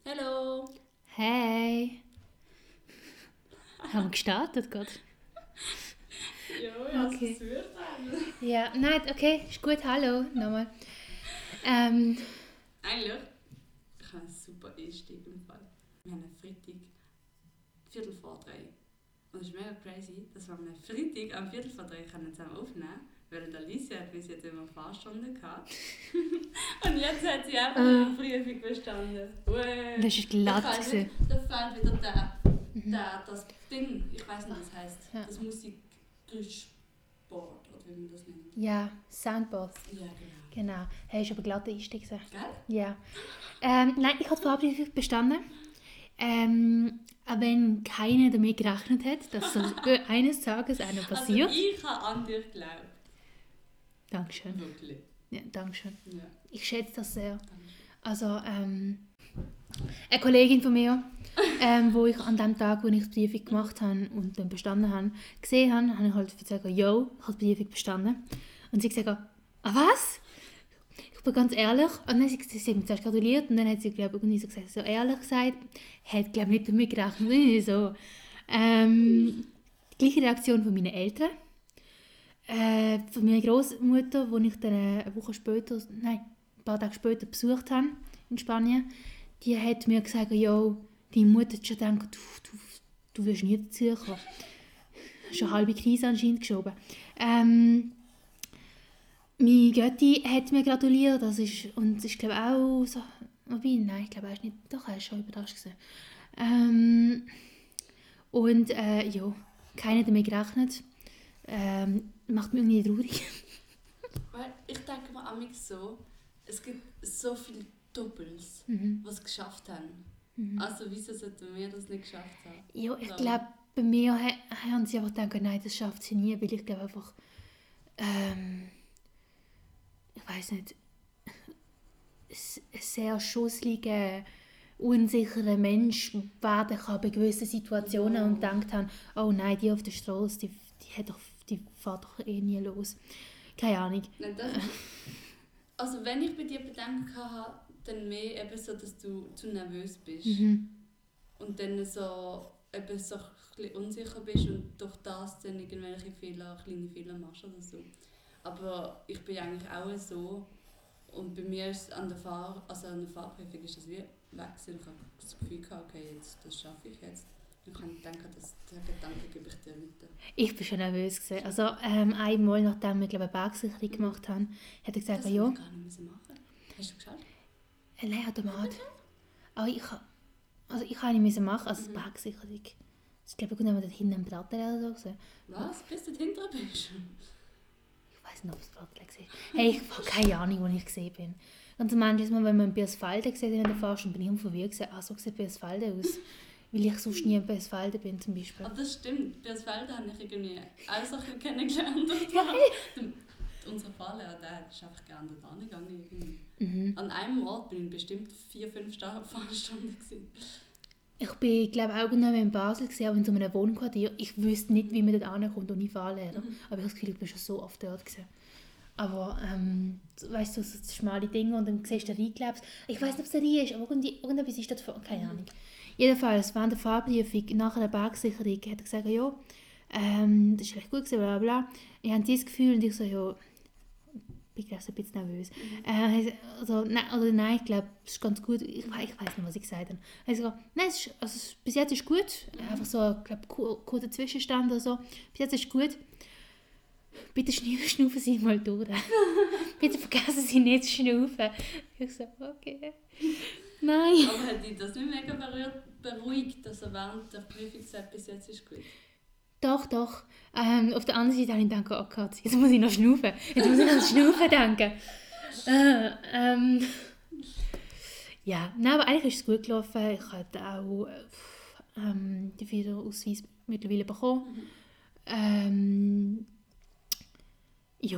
Hallo! Hey! Haben wir gestartet gerade? Ja, Okay. es wird Ja, nein, okay, ist gut, hallo, nochmal. eigentlich, ich habe einen super Einstieg im Fall. Wir haben einen Freitag, Viertel vor 3. Und es ist mega crazy, dass wir am Freitag am Viertel vor 3 zusammen aufnehmen können, weil die Alicia hat bis jetzt immer Fahrstunde gehabt. Und jetzt hat sie einfach ihre Prüfung bestanden. Das ist glatt. Da fällt wieder das Ding, ich weiß nicht, was das heisst. Ja. Das Musiksport, oder wie man das nennt. Ja, Soundboard. Ja, Genau. Hey, ist aber glatt der Einstieg. Gell? Ja. Nein, ich habe die Fahrprüfung bestanden. Auch wenn keiner damit gerechnet hat, dass das eines Tages einem passiert. Also ich habe an dich geglaubt. Dankeschön. Wirklich. Ja, Dankeschön. Ja. Ich schätze das sehr. Danke. Also, eine Kollegin von mir, wo ich an dem Tag, wo ich die Prüfung gemacht habe und dann bestanden habe, gesehen habe, habe ich halt gesagt, yo, ich habe die Prüfung bestanden. Und sie gesagt, ah was? Ich bin ganz ehrlich. Und dann hat sie mir zuerst gratuliert und dann hat sie, glaube ich, irgendwie so gesagt, so ehrlich gesagt, hat, glaube ich, nicht damit gerechnet. Irgendwie so. Die gleiche Reaktion von meinen Eltern. Von meiner Großmutter, die ich dann ein paar Tage später besucht habe in Spanien, die hat mir gesagt, ja, deine Mutter hat schon gedacht, du wirst nie dazu kommen. Schon eine halbe Krise anscheinend geschoben. Meine Götti hat mir gratuliert, das ist glaube ich auch so, wobei, nein, ich glaube er ist nicht, doch, er ist schon überrascht gewesen. Ja, keiner damit gerechnet. Macht mich irgendwie traurig. Weil ich denke mir amig so, es gibt so viele Doppels, die es geschafft haben. Also wieso sollten wir das nicht geschafft haben? Ja, ich glaube, bei mir haben sie einfach gedacht, nein, das schafft sie nie, weil ich glaube einfach, ich weiß nicht, ein sehr schussliger, unsicherer Mensch werden kann bei gewissen Situationen und denkt dann, oh nein, die auf der Straße, die fährt doch eh nie los. Keine Ahnung. Nein, also wenn ich bei dir Bedenken habe, dann mehr eben so, dass du zu nervös bist. Und dann so eben so ein bisschen unsicher bist und durch das dann irgendwelche kleine Fehler machst oder so. Aber ich bin eigentlich auch so. Und bei mir ist an der Fahrprüfung ist das wie weg. Ich habe das Gefühl gehabt, okay, das schaffe ich jetzt. Ich kann denken, den Gedanken gebe ich dir weiter. Ich war schon nervös gewesen. Also einmal, nachdem wir glaube ich, eine Bergsicherung gemacht haben, hat er gesagt, das ja. Das gar nicht machen. Hast du geschaut? Nein, Automat. Aber ich kann nicht machen, also die Bergsicherung. Ich glaube, ich habe dort hinten einen Braten oder so gesehen. Was? Bis du dahinter bist? Ich weiß nicht, ob es Braten war. Hey, ich habe keine Ahnung, wo ich gesehen bin. Ganz manchmal, wenn man Biosfalde gesehen hat in der Fahrstunde, bin ich verwirrt gewesen. Ah, so sieht Biosfalde aus. Weil ich sonst nie in Biosfalde bin, zum Beispiel. Aber das stimmt. Biosfalde habe ich irgendwie auch Sachen kennengelernt. Unser Fahrlehrer, der ist einfach gerne dort hingegangen. An einem Ort bin ich bestimmt 4-5 Fahrstunden gewesen. Ich bin, glaube auch noch in Basel gewesen, aber in so einem Wohnquartier. Ich wüsste nicht, wie man dort ankommt ohne Fahrlehrer. Aber ich habe das Gefühl, ich bin schon so oft dort gewesen. Aber, weißt du, so schmale Dinge und dann siehst du den Rheinklebs. Ich weiß nicht, ob es der Rhein ist, aber irgendetwas ist dort, keine Ahnung. Jedenfalls, während der Fahrprüfung, nach einer Bergsicherung, hat er gesagt, ja, das ist recht gut gewesen, bla bla. Ich habe dieses Gefühl und ich so, ja, ich bin glaube ein bisschen nervös. Nein, ich glaube, es ist ganz gut. Ich weiß nicht, was ich gesagt habe. Also, nein, bis jetzt ist gut. Einfach so, ich glaube, kurzer Zwischenstand oder so. Bis jetzt ist gut. Bitte schnaufen Sie mal durch. Bitte vergessen Sie nicht zu schnaufen. Ich so, okay. Nein. Aber hat dich das nicht mega beruhigt, dass er während der Prüfungszeit bis jetzt ist gut? Doch. Auf der anderen Seite habe ich gedacht, oh Gott, jetzt muss ich noch schnaufen. Jetzt muss ich noch schnaufen denken. Ja, nein, aber eigentlich ist es gut gelaufen. Ich habe auch den Führerausweis mittlerweile bekommen. Ja,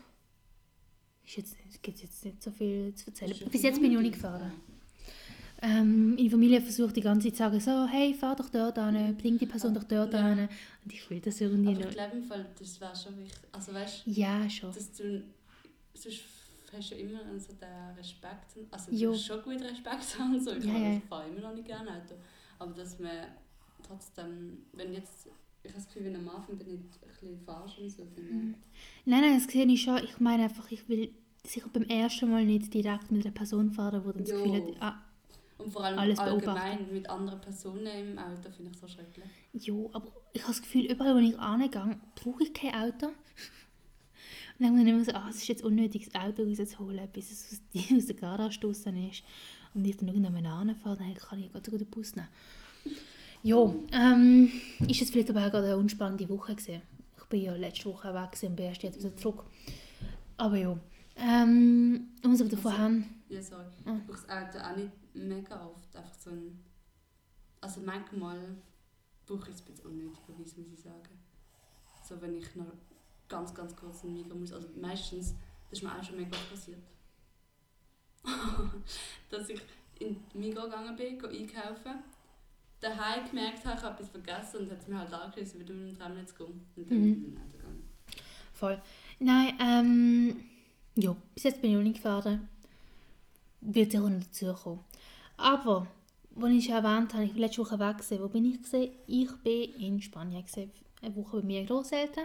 es gibt jetzt nicht so viel zu erzählen. Bis jetzt bin ich noch nicht gefahren. Meine Familie versucht die ganze Zeit zu sagen, so, hey, fahr doch dort hin, bring die Person doch dort hin. Und ich will das irgendwie aber nicht. Ich glaube im Fall, das wäre schon wichtig. Also weißt ja, schon. Dass du, sonst hast du ja immer so den Respekt, also Jo. du hast schon gut Respekt haben, so. Ich Ja. fahre immer noch nicht gerne Auto, aber dass man trotzdem, wenn jetzt, ich habe das Gefühl, wenn am Anfang bin ich ein bisschen falsch und so, finde Nein, das sehe ich schon. Ich meine einfach, ich will sicher beim ersten Mal nicht direkt mit einer Person fahren, die dann das Gefühl hat, und vor allem alles allgemein beobachten. mit anderen Personen im Auto finde ich so schrecklich. Jo, aber ich habe das Gefühl, überall, wo ich hingehe, brauche ich kein Auto. Und dann habe ich immer so, es ist jetzt unnötig, das Auto rauszuholen, bis es aus der Garage draussen ist. Und ich dann irgendwann hinfahre, dann kann ich gerade den Bus nehmen. Jo, ist jetzt vielleicht aber auch gerade eine unspannende Woche gewesen. Ich bin ja letzte Woche weg und bin erst jetzt wieder zurück. Aber ja, was wir davon haben... Ja, sorry. Ich brauche das Auto auch nicht mega oft. Einfach so ein... Also manchmal brauche ich es ein bisschen unnötigerweise, muss ich sagen. So, wenn ich noch ganz, ganz kurz in den Migros muss. Also meistens, das ist mir auch schon mega oft passiert. Dass ich in den Migros gegangen bin, einkaufen, daheim gemerkt habe, ich habe etwas vergessen und hat es mir halt angeschissen, wieder mit dem Tram zu gehen. Und dann bin ich in den Auto gegangen. Voll. Nein, ja, bis jetzt bin ich noch nicht gefahren. Wird sicher noch dazukommen. Aber, als ich schon erwähnt habe, ich war letzte Woche weg gewesen. Wo bin ich gewesen? Ich war in Spanien gewesen. Eine Woche bei meinen Grosseltern.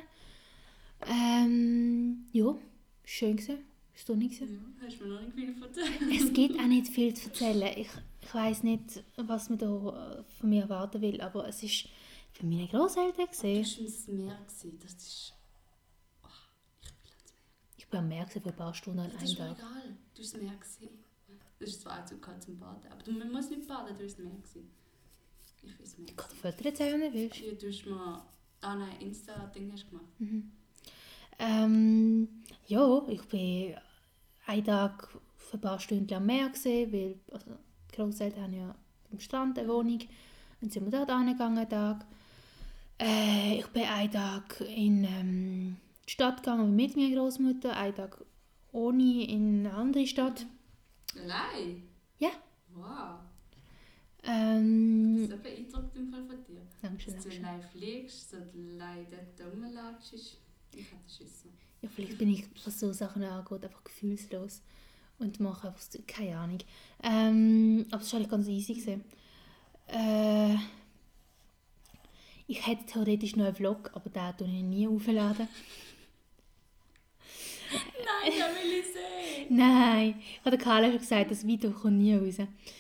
Ja, schön gewesen. Ist doch nicht gewesen. Ja, hast du mir noch nicht viel erzählt? Es gibt auch nicht viel zu erzählen. Ich weiss nicht, was man da von mir erwarten will, aber es war für meine Grosseltern gewesen. Das war im Meer. Das ist... Oh, ich will ans Meer. Ich war am Meer für ein paar Stunden an Das einem ist mir Tag. egal. Du warst im Meer. Das ist zwar auch zu kalt zum Baden, aber man muss nicht baden, du warst im Meer. Ich war im Meer. Ich kann dir Fotos erzählen, wenn du willst. Ja, du hast mir... Ah nein, Insta-Ding hast du gemacht. Ja, ich war einen Tag für ein paar Stunden am Meer gewesen, weil also die Grosseltern haben ja am Strand eine Wohnung. Dann sind wir dort hingegangen, einen Tag. Ich bin einen Tag in die Stadt gegangen mit meiner Großmutter, einen Tag ohne in eine andere Stadt. Allein? Ja. Wow. So beeindruckt im Fall von dir. Dankeschön. Dass du allein fliegst, so allein dort rumlagst, ich hätte Schiss. Ja, vielleicht bin ich, was so Sachen angeht, einfach gefühlslos und mache einfach so, keine Ahnung. Aber es war eigentlich ganz easy gewesen. Ich hätte theoretisch noch einen Vlog, aber den tue ich nie aufladen. Nein, das will ich sehen! Nein, ich habe Carla schon gesagt, das Video kommt nie raus.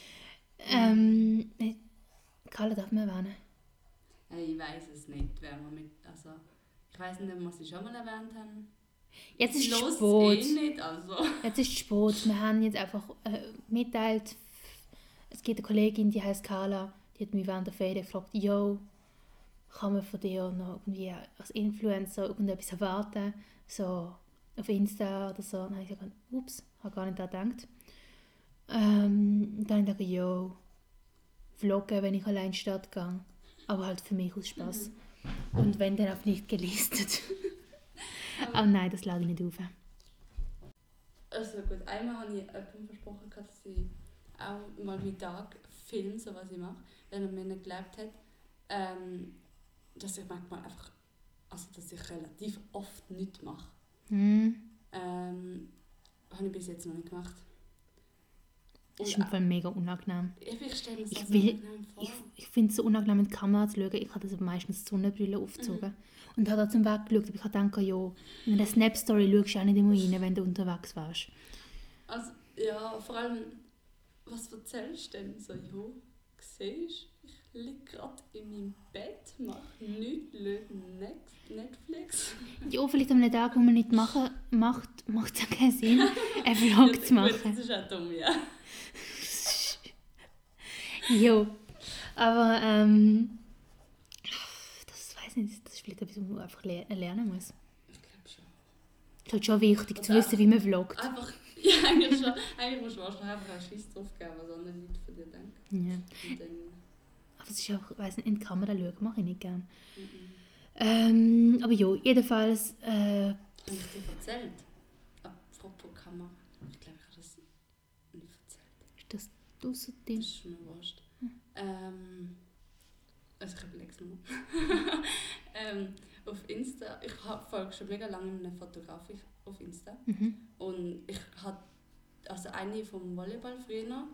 Carla darf man erwähnen? Ich weiss es nicht, wer wir mit... Also, ich weiss nicht, ob wir sie schon mal erwähnt haben. Jetzt ist es Los spät. nicht, also. Jetzt ist es spät. Wir haben jetzt einfach mitteilt, es gibt eine Kollegin, die heißt Carla, die hat mich während der Ferien gefragt, «Yo, kann man von dir noch irgendwie als Influencer irgendetwas erwarten, so auf Insta oder so?» Dann habe ich gesagt, ups, habe gar nicht daran gedacht. Dann habe ich gedacht, «Yo, vloggen, wenn ich allein in die Stadt gehe, aber halt für mich aus Spass.» Und wenn, dann auch nicht gelistet. Aber nein, das lade ich nicht auf. Also gut, einmal habe ich jemandem versprochen, dass ich auch mal meinen Tag filme, so was ich mache, wenn er mir nicht gelebt hat. Dass ich manchmal einfach, also dass ich relativ oft nichts mache. Habe ich bis jetzt noch nicht gemacht. Das ist im Fall mega unangenehm. Ich stelle mir das unangenehm vor. Ich finde es so unangenehm, in die Kamera zu schauen. Ich habe das aber meistens die Sonnenbrille aufgezogen. Und habe da zum Weg geschaut. Aber ich habe gedacht, ja, in einer Snap-Story schaust du auch nicht immer rein, wenn du unterwegs warst. Also, ja, vor allem, was erzählst du denn? So, ja, siehst du, ich liege gerade in meinem Bett, mache nichts, schaue Netflix. Ja, vielleicht an einem Tag, wo man nicht macht es auch keinen Sinn, einen Vlog zu machen. Das ist auch dumm, ja. Jo, aber das weiß ich nicht, das ist vielleicht etwas, was man einfach lernen muss. Ich glaube schon. Es ist halt schon wichtig zu wissen, wie man vloggt. Einfach, ja, eigentlich schon. Eigentlich musst du wahrscheinlich einfach einen Schiss drauf geben, was andere Leute von dir denken. Ja. Und dann, Aber es ist auch, ich weiss nicht, in die Kamera schauen mache ich nicht gerne. Aber ja, jedenfalls... habe ich dir erzählt? Apropos Kamera. Ich glaube, ich habe das nicht erzählt. Ist das außerdem? Das ist mir wurscht. Also ich überlege es mir noch. auf Insta. Ich folge schon mega lange einem Fotograf auf Insta. Und ich hatte also eine vom Volleyball früher.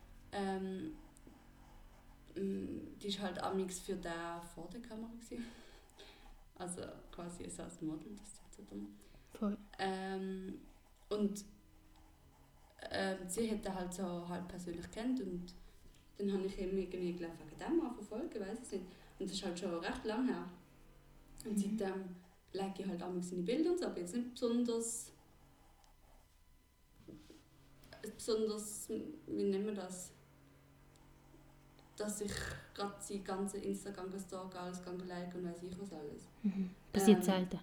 Die war halt amigs für den vor der Kamera gewesen. Also quasi so als Model, das ist so dumm. Voll. Und sie hat ihn halt so halb persönlich kennt und dann habe ich ihn irgendwie gleich wegen dem mal verfolgt, weiß ich nicht. Und das ist halt schon recht lang her. Und seitdem like ich halt auch seine Bilder und so, aber jetzt nicht besonders, wie nennen wir das? Dass ich gerade seinen ganzen Instagram gestalkt, alles like und weiss ich was alles. Passiert selten.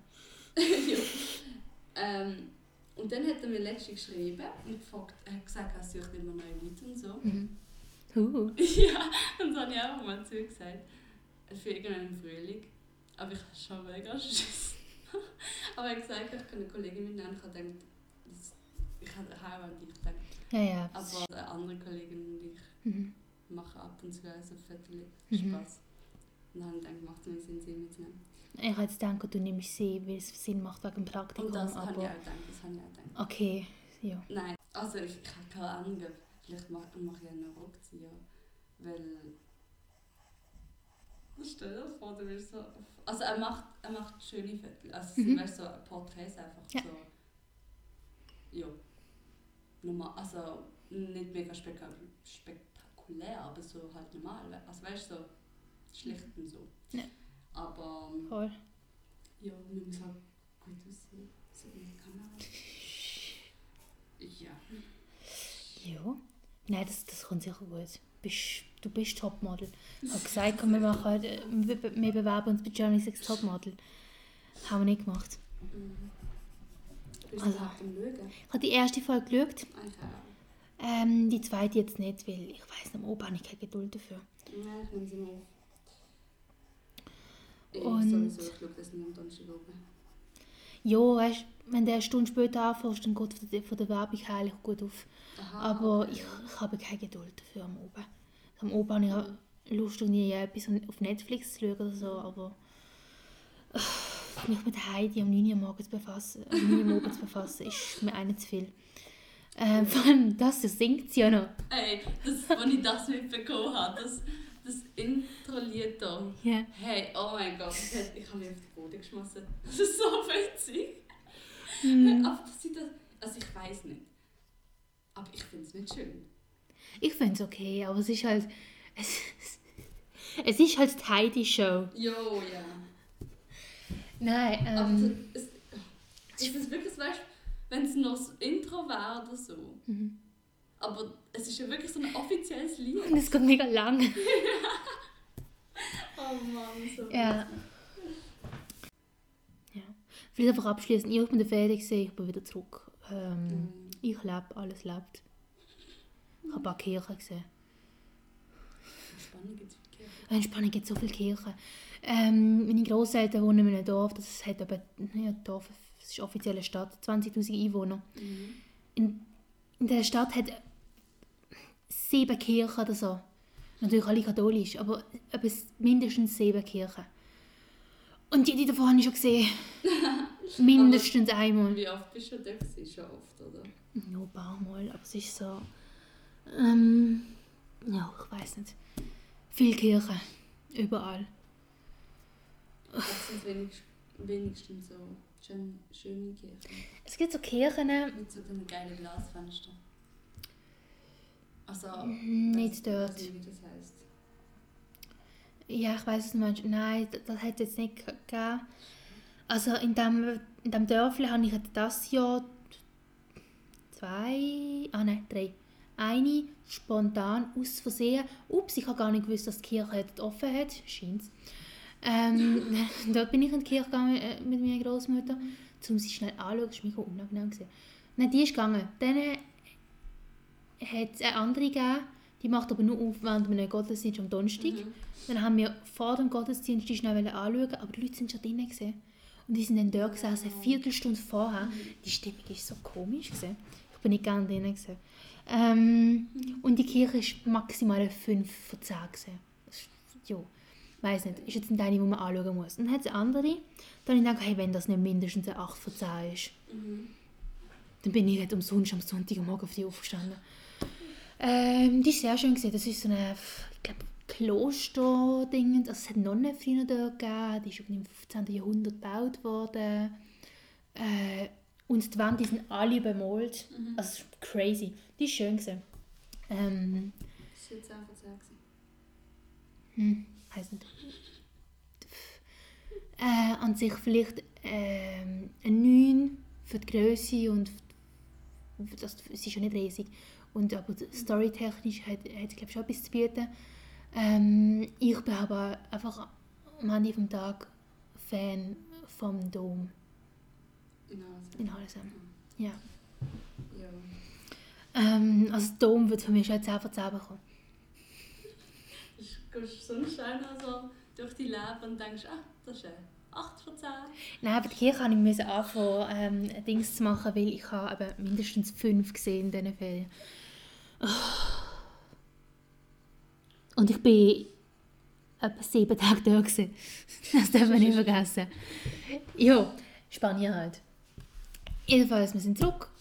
Ja. Und dann hat er mir letztens geschrieben und gefragt, er hat gesagt, er sucht immer neue Leute und so. Ja, und das habe ich einfach mal zu ihm gesagt. Für irgendeinen Frühling. Aber ich habe schon mega Schiss. Aber er hat gesagt, ich kann eine Kollegin mitnehmen. Ich habe gedacht, ich habe an dich gedacht. Ja. Aber eine andere Kollegin und ich machen ab und zu so Viertel Spaß. Und dann habe ich gedacht, macht es mir Sinn, sie mitzunehmen. Ich habe jetzt gedacht, du nimmst sie, weil es Sinn macht wegen dem Praktikum. Und das habe aber... ich auch gedacht, Okay, ja. Nein, also ich habe keine Ahnung, vielleicht mache ich einen Rückzieher, weil... Stell dir vor, du willst so... Also er macht schöne Fotos, also weißt, so Porträts einfach so... Ja. Normal, also nicht mega spektakulär, aber so halt normal, also weißt du, so schlicht und so. Ja. Aber... Voll. Ja, wir müssen halt gut aussehen, so in der Kamera. Ja. Ja. Nein, das kommt sicher gut. Du bist Topmodel. Ich habe gesagt, komm, wir bewerben uns bei Germany's Next Topmodel. Haben wir nicht gemacht. Bist du überhaupt am Schauen? Ich habe die erste Folge geschaut. Okay. Die zweite jetzt nicht, weil ich weiss nicht, am Oben habe ich keine Geduld dafür. Nein, ich nehme sie mal auf. Und Ich schaue das nicht am Donnerstag oben. ja, weißt, wenn du eine Stunde später anfängst, dann geht von der Werbung eigentlich gut auf. Aha, Aber okay. ich habe keine Geduld dafür am Oben. Am Oben habe ich auch Lust, etwas auf Netflix zu schauen oder so, aber mich mit Heidi am 9 Uhr morgens zu befassen, ist mir eine zu viel. Vor allem das singt sie ja noch. Ey, als ich das mitbekommen habe, das Intro-Lied hier. Yeah. Hey, oh mein Gott, ich habe mich auf den Boden geschmissen. Das ist so witzig. Aber dass sie das... Also ich weiss nicht. Aber ich finde es nicht schön. Ich finde es okay, aber es ist halt... Es ist halt die Heidi-Show. Jo, ja. Nein, Aber ist das wirklich, weißt du, wenn es noch das Intro wäre oder so. Aber es ist ja wirklich so ein offizielles Lied. Und es geht mega lang. Oh Mann, so Ja. Vielleicht einfach abschließen. Ich bin der Ferien gesehen, ich bin wieder zurück. Ich lebe, alles lebt. Ich habe ein paar Kirchen gesehen. In Spanien gibt es viele Kirchen. In Spanien gibt es so viele Kirchen. Meine Grosseltern wohnen in einem Dorf, das hat aber, Dorf, das ist offiziell eine Stadt, 20'000 Einwohner. In der Stadt hat 7 Kirchen oder so. Natürlich alle katholisch, aber mindestens 7 Kirchen. Und jede davon habe ich schon gesehen. Mindestens einmal. Wie oft bist du da gewesen? Schon oft, oder? Ja, ein paar Mal, aber es ist so... ja, ich weiss nicht. Viele Kirchen. Überall. Das sind wenigstens so schöne Kirchen. Es gibt so Kirchen... Mit so einem geilen Glasfenster. Also... nicht dort. Ich weiß nicht, wie das heisst. Ja, ich weiss, was du meinst. Nein, das hat es jetzt nicht gegeben. Also in dem Dörfli habe ich das Jahr 3. Eine spontan aus Versehen. Ups, ich habe gar nicht gewusst, dass die Kirche offen hat. Scheint's. Dort bin ich in die Kirche gegangen mit meiner Großmutter, um sie schnell anzuschauen. Das war mega unangenehm. Nein, die ist gegangen. Dann hat es eine andere gegeben, die macht aber nur auf während einem Gottesdienst am Donnerstag. Dann haben wir vor dem Gottesdienst die schnell anschauen, aber die Leute sind schon drinnen gewesen. Und die sind dann dort gesessen, eine Viertelstunde vorher. Die Stimmung war so komisch gewesen. Ich bin nicht gerne drinnen gewesen. Und die Kirche war maximal 5 von 10 gewesen. Ja. Weiss nicht, ist jetzt nicht eine, die man anschauen muss. Und dann hat es andere, dann habe ich gedacht, hey, wenn das nicht mindestens eine 8 von 10 ist, dann bin ich nicht umsonst am Sonntagmorgen auf die aufgestanden. Die ist sehr schön gesehen. Das ist so eine, ich glaube, Kloster-Ding. Also es hat Nonnen früher dort gegeben. Die ist im 15. Jahrhundert gebaut worden. Und die Wände sind alle bemalt. Also es ist crazy. Die ist schön gesehen. Das war jetzt einfach so gewesen. Heißt nicht. An sich vielleicht ein 9 für die Grösse und es ist schon nicht riesig. Und aber storytechnisch hat es glaube schon etwas zu bieten. Ich bin aber einfach am Ende des Tages Fan vom Dom in Halsem. Ja. Also das Dom wird für mich schon 10 von 10 bekommen. Du gehst sonst auch noch so durch die Leben und denkst, das ist 8 von 10. Nein, aber hier kann ich anfangen, Dings zu machen, weil ich habe eben mindestens 5 gesehen in diesen Ferien. Oh. Und ich bin etwa 7 Tage da gewesen. Das darf man nicht vergessen. Ja, Spanien halt. Jedenfalls, wir sind zurück.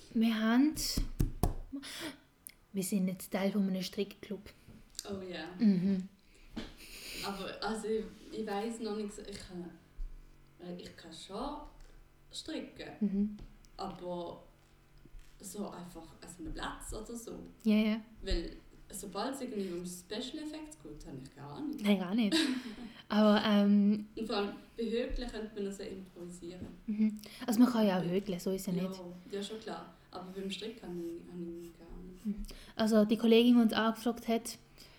Wir sind jetzt Teil von einem Strickclub. Oh ja. Aber also ich weiss noch nicht so, ich kann schon stricken, aber so einfach an einem Platz oder so. Ja, ja. Weil sobald es irgendwie um Special Effects geht, habe ich gar nicht. Nein, gar nicht. Aber und vor allem bei Högeln könnte man also improvisieren. Also man kann ja auch högeln, so ist es ja nicht. Ja, schon klar. Aber beim Stricken habe ich gar nicht. Also die Kollegin, die uns angefragt hat,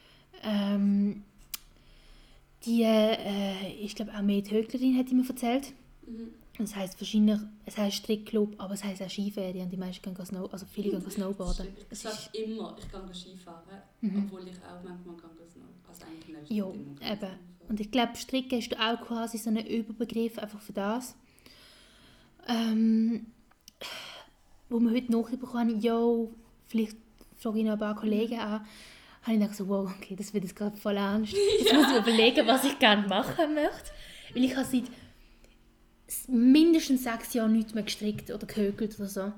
die ich glaube auch mehr die Höglerin, hat die mir erzählt. Das heisst wahrscheinlich, es heisst Strickclub, aber es heisst auch Skiferien. Die meisten gehen viele gehen snowboarden. Ich sage immer, ich gehe Skifahren, obwohl ich auch manchmal snowboarden. Also eigentlich nicht. Ja, eben. Und ich glaube, Stricken ist auch quasi so ein Überbegriff einfach für das. Wo wir heute nachbekommen haben, vielleicht frage ich noch ein paar Kollegen an, habe ich gedacht so, wow, okay, das wird jetzt gerade voll ernst. Jetzt muss ich überlegen, was ich gerne machen möchte. Weil ich habe seit mindestens 6 Jahren nichts mehr gestrickt oder gehökelt oder so.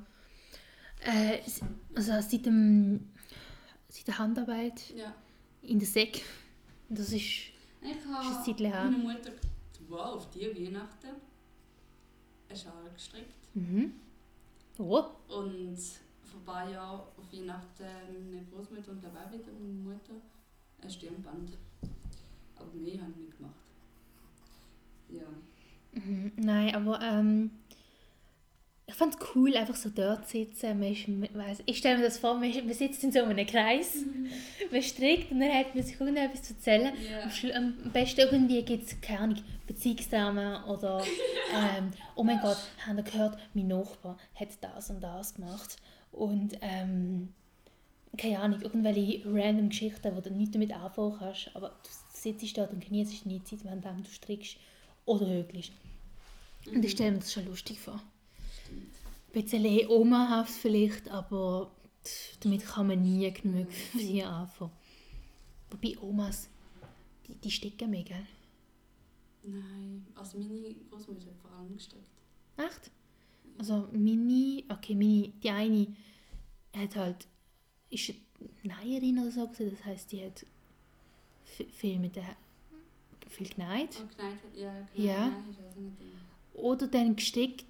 Also seit der Handarbeit in der Säck. Das ist ein Zeitchen her. Meine Mutter war auf die Weihnachten einen Schal gestrickt. Oh. Und vor ein paar Jahren auf Weihnachten meine Großmutter und glaube auch wieder meine Mutter ein Stirnband. Aber mehr habe ich nicht gemacht. Ja. Nein, aber ich fand es cool, einfach so dort zu sitzen. Ich stelle mir das vor, man sitzt in so einem Kreis, man strickt und dann hat man sich irgendetwas zu erzählen. Yeah. Am besten irgendwie gibt es, keine Ahnung, Beziehungsdramen oder oh mein Gott, habt ihr gehört, mein Nachbar hat das und das gemacht. Und keine Ahnung, irgendwelche random Geschichten, wo du nichts damit anfangen kannst, aber du sitzt dort und genießt deine Zeit, während du strickst oder högelst. Und ich stelle mir das schon lustig vor. Ein bisschen omahaft vielleicht, aber damit kann man nie genug für sie anfangen. Wobei Omas, die sticken mehr, gell? Nein, also meine Großmutter hat vor allem gestrickt. Echt? Also die eine hat halt, ist eine Näherin oder so gewesen, das heisst, die hat viel genäht. Oh, genäht, ja. Nein, ist also nicht immer. Oder dann gestickt.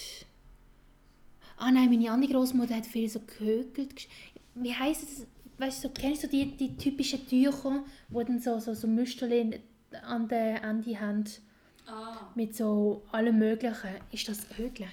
Nein, meine andere Großmutter hat viel so gehökelt. Wie heisst es? Weißt du, kennst du die typischen Tücher, wo dann so Müsterchen an die Hand mit so allem Möglichen. Ist das Högeln?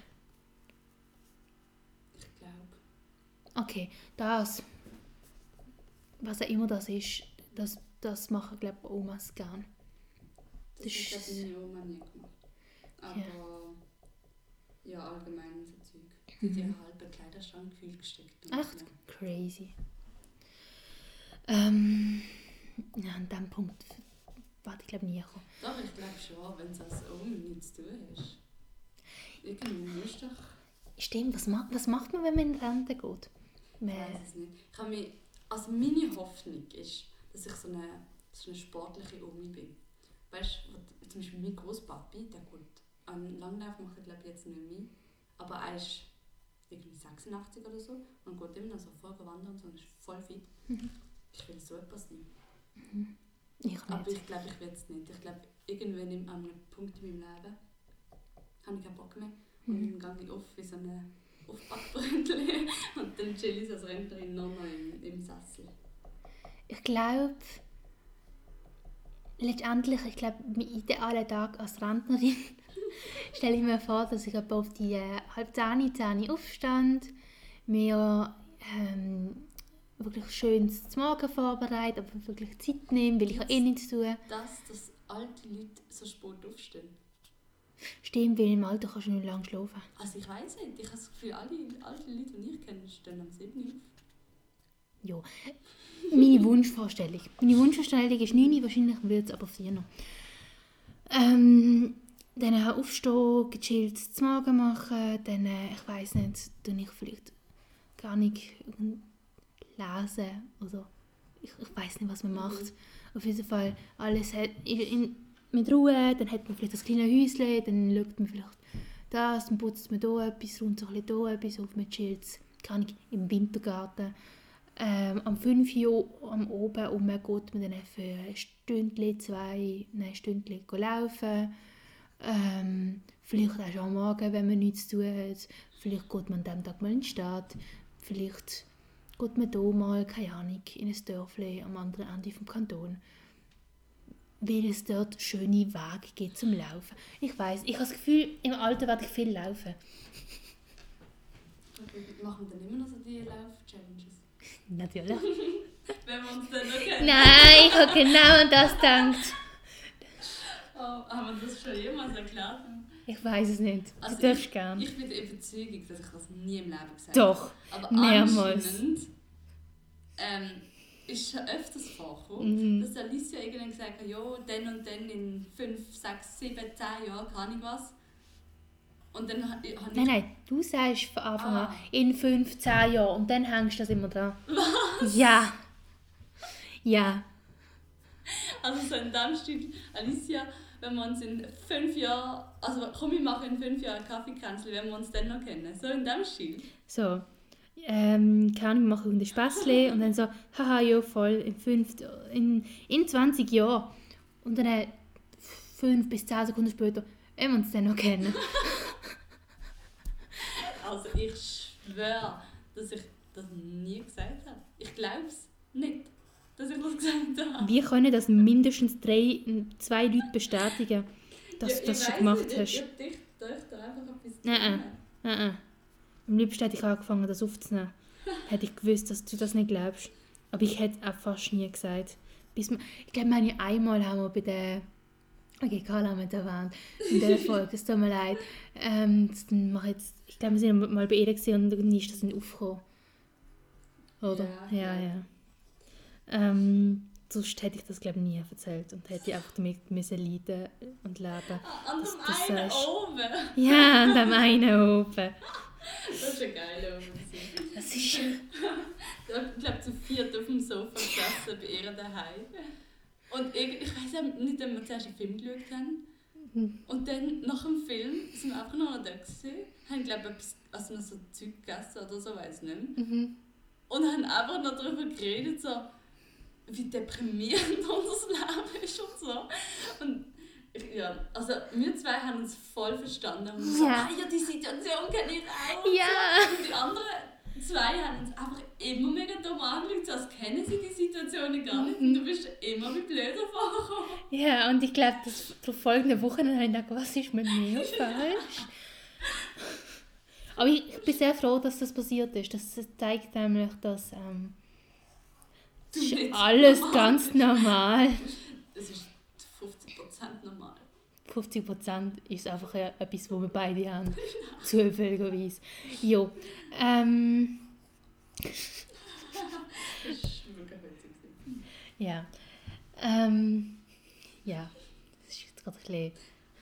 Ich glaube. Okay, das, was auch immer das ist, das machen, glaube ich, Omas gern. Das hat meine Oma nie gemacht. Aber ja, allgemein so Zeug. Die haben halben Kleiderschrank viel gesteckt. Echt? Crazy. An diesem Punkt warte ich glaube nie kommen. Doch, ich glaube schon, wenn es als Oma nichts zu tun hast. Irgendwie musst du doch... Stimmt, was macht man, wenn man in Rente geht? Ich weiß es nicht. Also meine Hoffnung ist, dass ich so eine sportliche Omi bin. weißt du, zum Beispiel mein Großpapi, der gut einen Langlauf macht er glaube ich jetzt nicht mehr, aber er ist irgendwie 86 oder so und geht immer noch so voll wandern und so und ist voll fit. Ich will so etwas nicht. Aber ich glaube, ich will es nicht. Ich glaube, irgendwann an einem Punkt in meinem Leben habe ich keinen Bock mehr und dann gehe ich auf wie so eine Aufbackbrötchen und dann chill ich als Rentnerin noch im Sessel. Ich glaube, letztendlich, mein idealer Tag als Rentnerin stelle ich mir vor, dass ich etwa auf die 9:30 aufstand, mir wirklich schön zum Morgen vorbereite, aber wirklich Zeit nehme, weil ich habe nichts zu tun. Dass alte Leute so spät aufstehen? Stimmt, weil im Alter kannst du nicht lange schlafen. Also ich weiß nicht, ich habe das Gefühl, alle alte Leute, die ich kenne, stehen am 7 Uhr auf. Ja, meine Wunschvorstellung. Meine Wunschvorstellung ist 9 Uhr, wahrscheinlich wird es aber 4 noch. Dann aufstehen, gechillt zum Morgen machen, dann, ich weiss nicht, tue ich vielleicht gar nicht lesen oder ich weiss nicht, was man macht. Auf jeden Fall alles mit Ruhe, dann hat man vielleicht das kleine Häuschen, dann schaut man vielleicht das, dann putzt man hier etwas, räumt so ein bisschen hier etwas auf, man chillt, kann ich im Wintergarten. Am 5 Uhr am Oben geht man dann für ein Stündchen, Stündchen laufen. Vielleicht auch schon am Morgen, wenn man nichts zu tun hat. Vielleicht geht man an diesem Tag mal in die Stadt. Vielleicht geht man hier mal, keine Ahnung, in ein Dörfchen am anderen Ende des Kantons. Weil es dort schöne Wege gibt zum Laufen. Ich weiss, ich habe das Gefühl, im Alter werde ich viel laufen. Okay, machen wir dann immer noch so die Lauf-Challenges? Natürlich. Wenn wir uns dann noch kennen. Nein, ich habe genau an das gedacht. Oh, haben wir das schon jemals erklärt? Ich weiß es nicht. Also Du darfst gerne. Ich bin der Überzeugung, dass ich das nie im Leben gesagt Doch, habe. Aber mehrmals. anscheinend ist schon öfters vorgekommen, dass Alicia irgendwann gesagt hat, ja, dann und dann in 5, 6, 7, 10 Jahren kann ich was. Und dann habe ich... Nein, du sagst von Anfang an in 15 Jahren und dann hängst du das immer dran. Was? Ja. Ja. Also so in dem Stil, Alicia, wenn wir uns in 5 Jahren... Also komm, wir machen in 5 Jahren Kaffeekränzchen, wenn wir uns dann noch kennen. So in dem Stil. So. Keine Ahnung, wir machen ein Späßchen und dann so, haha, ja voll, in 20 Jahren. Und dann 5 bis 10 Sekunden später, wenn wir uns dann noch kennen. Also ich schwöre, dass ich das nie gesagt habe. Ich glaube es nicht, dass ich das gesagt habe. Wir können das mindestens 2 Leute bestätigen, dass du das schon gemacht hast. Ich dich da einfach etwas zu Nein. Am liebsten hätte ich angefangen, das aufzunehmen. Hätte ich gewusst, dass du das nicht glaubst. Aber ich hätte es auch fast nie gesagt. Ich glaube, einmal haben wir bei der... Okay, Karl haben wir erwähnt. In dieser Folge, es tut mir leid. Ich glaube, wir sind mal bei ihr und dann ist das nicht aufgekommen. Oder? Ja. Sonst hätte ich das, glaube ich, nie erzählt. Und hätte ich einfach damit müssen leiden und leben. An dem einen oben? Ja, an dem einen oben. Das ist ein geiler Oben. Das ist... Ich glaube, zu 4 auf dem Sofa gesessen bei ihr daheim. Und ich weiß nicht, ob wir zuerst einen Film geschaut haben. Und dann, nach dem Film, sind wir einfach noch da gewesen, haben, glaube ich, noch so Zeug gegessen oder so, weiß ich nicht mehr. Und haben einfach noch darüber geredet, so, wie deprimierend unser Leben ist und so. Und ja, also wir zwei haben uns voll verstanden. Und so, ja, die Situation kenne ich auch. Ja. Und die anderen 2 haben uns einfach immer mega dumm angeschaut, so als kennen sie die Situation gar nicht. Und du bist immer wie blöd vorgekommen. Ja, und ich glaube, das folgende Woche habe ich gedacht, was ist mit mir falsch? Aber ich bin sehr froh, dass das passiert ist. Das zeigt nämlich, dass ist alles ganz normal. Es ist 50% normal. 50% ist einfach etwas, was wir beide haben. Zufälligerweise. Jo. Das ist wirklich witzig. Ja. Ja. Das ist jetzt gerade ein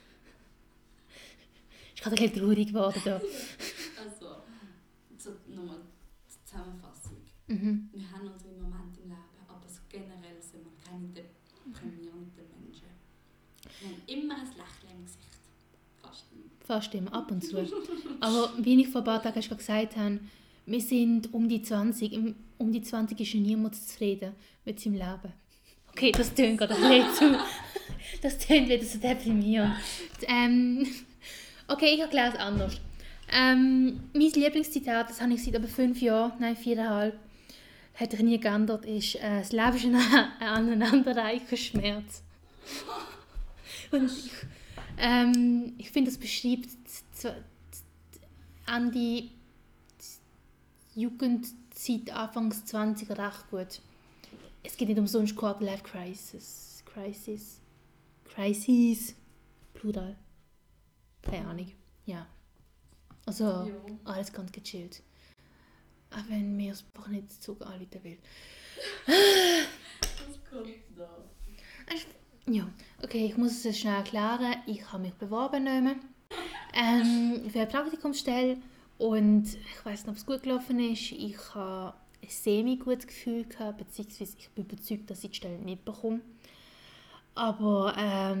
bisschen traurig geworden da. Also, nochmal die Zusammenfassung. Wir haben unsere Momente im Leben, aber so generell sind wir keine deprimierenden Menschen. Wir haben immer ein Lächeln im Gesicht. Fast immer. Fast immer, ab und zu. Aber wie ich vor ein paar Tagen schon gesagt habe, wir sind um die 20. Um die 20 ist schon niemand zufrieden mit seinem Leben. Okay, das tönt gerade ein bisschen zu. Das tönt wieder so deprimierend. Okay, ich erkläre es anders. Mein Lieblingszitat, das habe ich seit aber 5 Jahren, nein 4,5, hat sich nie geändert, ist «Das Leben ist ein aneinanderreicher Schmerz». Und ich finde, das beschreibt die Jugendzeit Anfangs 20 recht gut. Es geht nicht umsonst Quarter-Life Crisis, Plural. Keine Ahnung. Ja. Also, alles ganz gechillt. Auch wenn mir das Buch nicht so anrufen will. Was kommt da? Ja, okay, ich muss es schnell erklären. Ich habe mich beworben für eine Praktikumsstelle und ich weiß nicht, ob es gut gelaufen ist. Ich habe ein semi-gutes Gefühl gehabt, beziehungsweise ich bin überzeugt, dass ich die Stelle nicht bekomme. Aber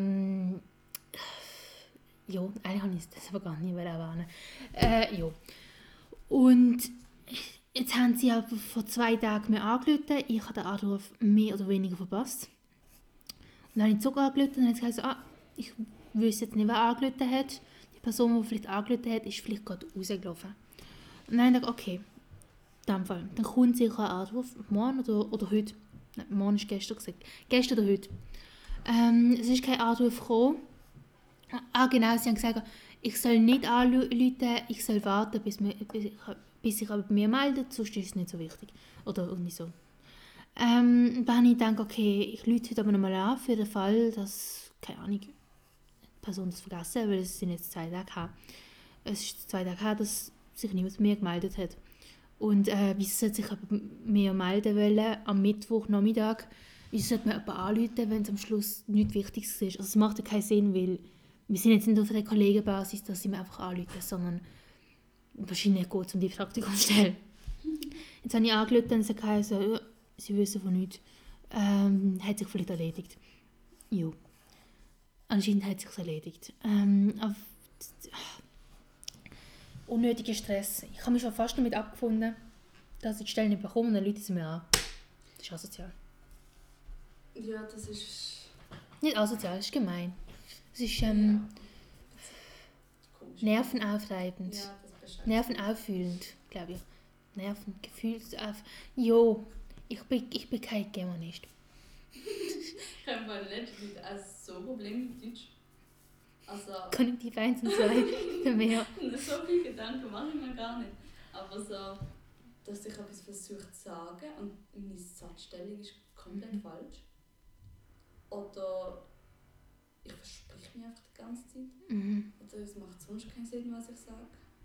ja, eigentlich habe ich das aber gar nicht erwähnen. Ja. Und jetzt haben sie aber vor 2 Tagen mir angerufen. Ich habe den Anruf mehr oder weniger verpasst. Und dann habe ich zurück angerufen und dann hat sie gesagt, ich wüsste jetzt nicht, wer angerufen hat. Die Person, die vielleicht angerufen hat, ist vielleicht gerade rausgelaufen. Und dann habe ich gedacht, okay, in dem Fall. Dann kommt sicher ein Anruf, morgen oder heute. Nein, morgen ist gestern gesagt. Gestern oder heute. Es ist kein Anruf gekommen. Genau, sie haben gesagt, ich soll nicht anrufen, ich soll warten, bis sich aber bei mir meldet, sonst ist es nicht so wichtig. Oder irgendwie so. Dann habe ich gedacht, okay, ich rufe heute aber nochmal an, für den Fall, dass, keine Ahnung, die Person das vergessen hat, weil es sind jetzt 2 Tage her. Es ist 2 Tage her, dass sich niemand bei mir gemeldet hat. Und wieso sollte sich aber bei mir melden wollen, am Mittwochnachmittag? Wieso sollte man jemanden anrufen, wenn es am Schluss nichts Wichtiges ist? Also es macht ja keinen Sinn, weil wir sind jetzt nicht auf der Kollegenbasis, dass sie mir einfach anrufen, sondern wahrscheinlich geht es um die Praktikumsstelle. Jetzt habe ich angerufen und sie gesagt, sie wissen von nichts. Hat sich vielleicht erledigt. Ja. Anscheinend hat es sich erledigt. Unnötiger Stress. Ich habe mich schon fast damit abgefunden, dass ich die Stelle nicht bekomme und dann rufen sie mir an. Das ist asozial. Ja, das ist... Nicht asozial, das ist gemein. Es ist nervenaufreibend. Ja, das beschreibt. Nervenauffühlend, glaube ich. Jo, ich bin kein Germanist. Ich habe mal letztens so ein Problem mit Deutsch. Also... Kognitiv 1 und 2 für mehr. So viele Gedanken mache ich mir gar nicht. Aber so, dass ich etwas versuche zu sagen und meine Satzstellung ist komplett falsch. Oder ich verspreche mich einfach die ganze Zeit. Mhm. Oder es macht sonst keinen Sinn, was ich sage.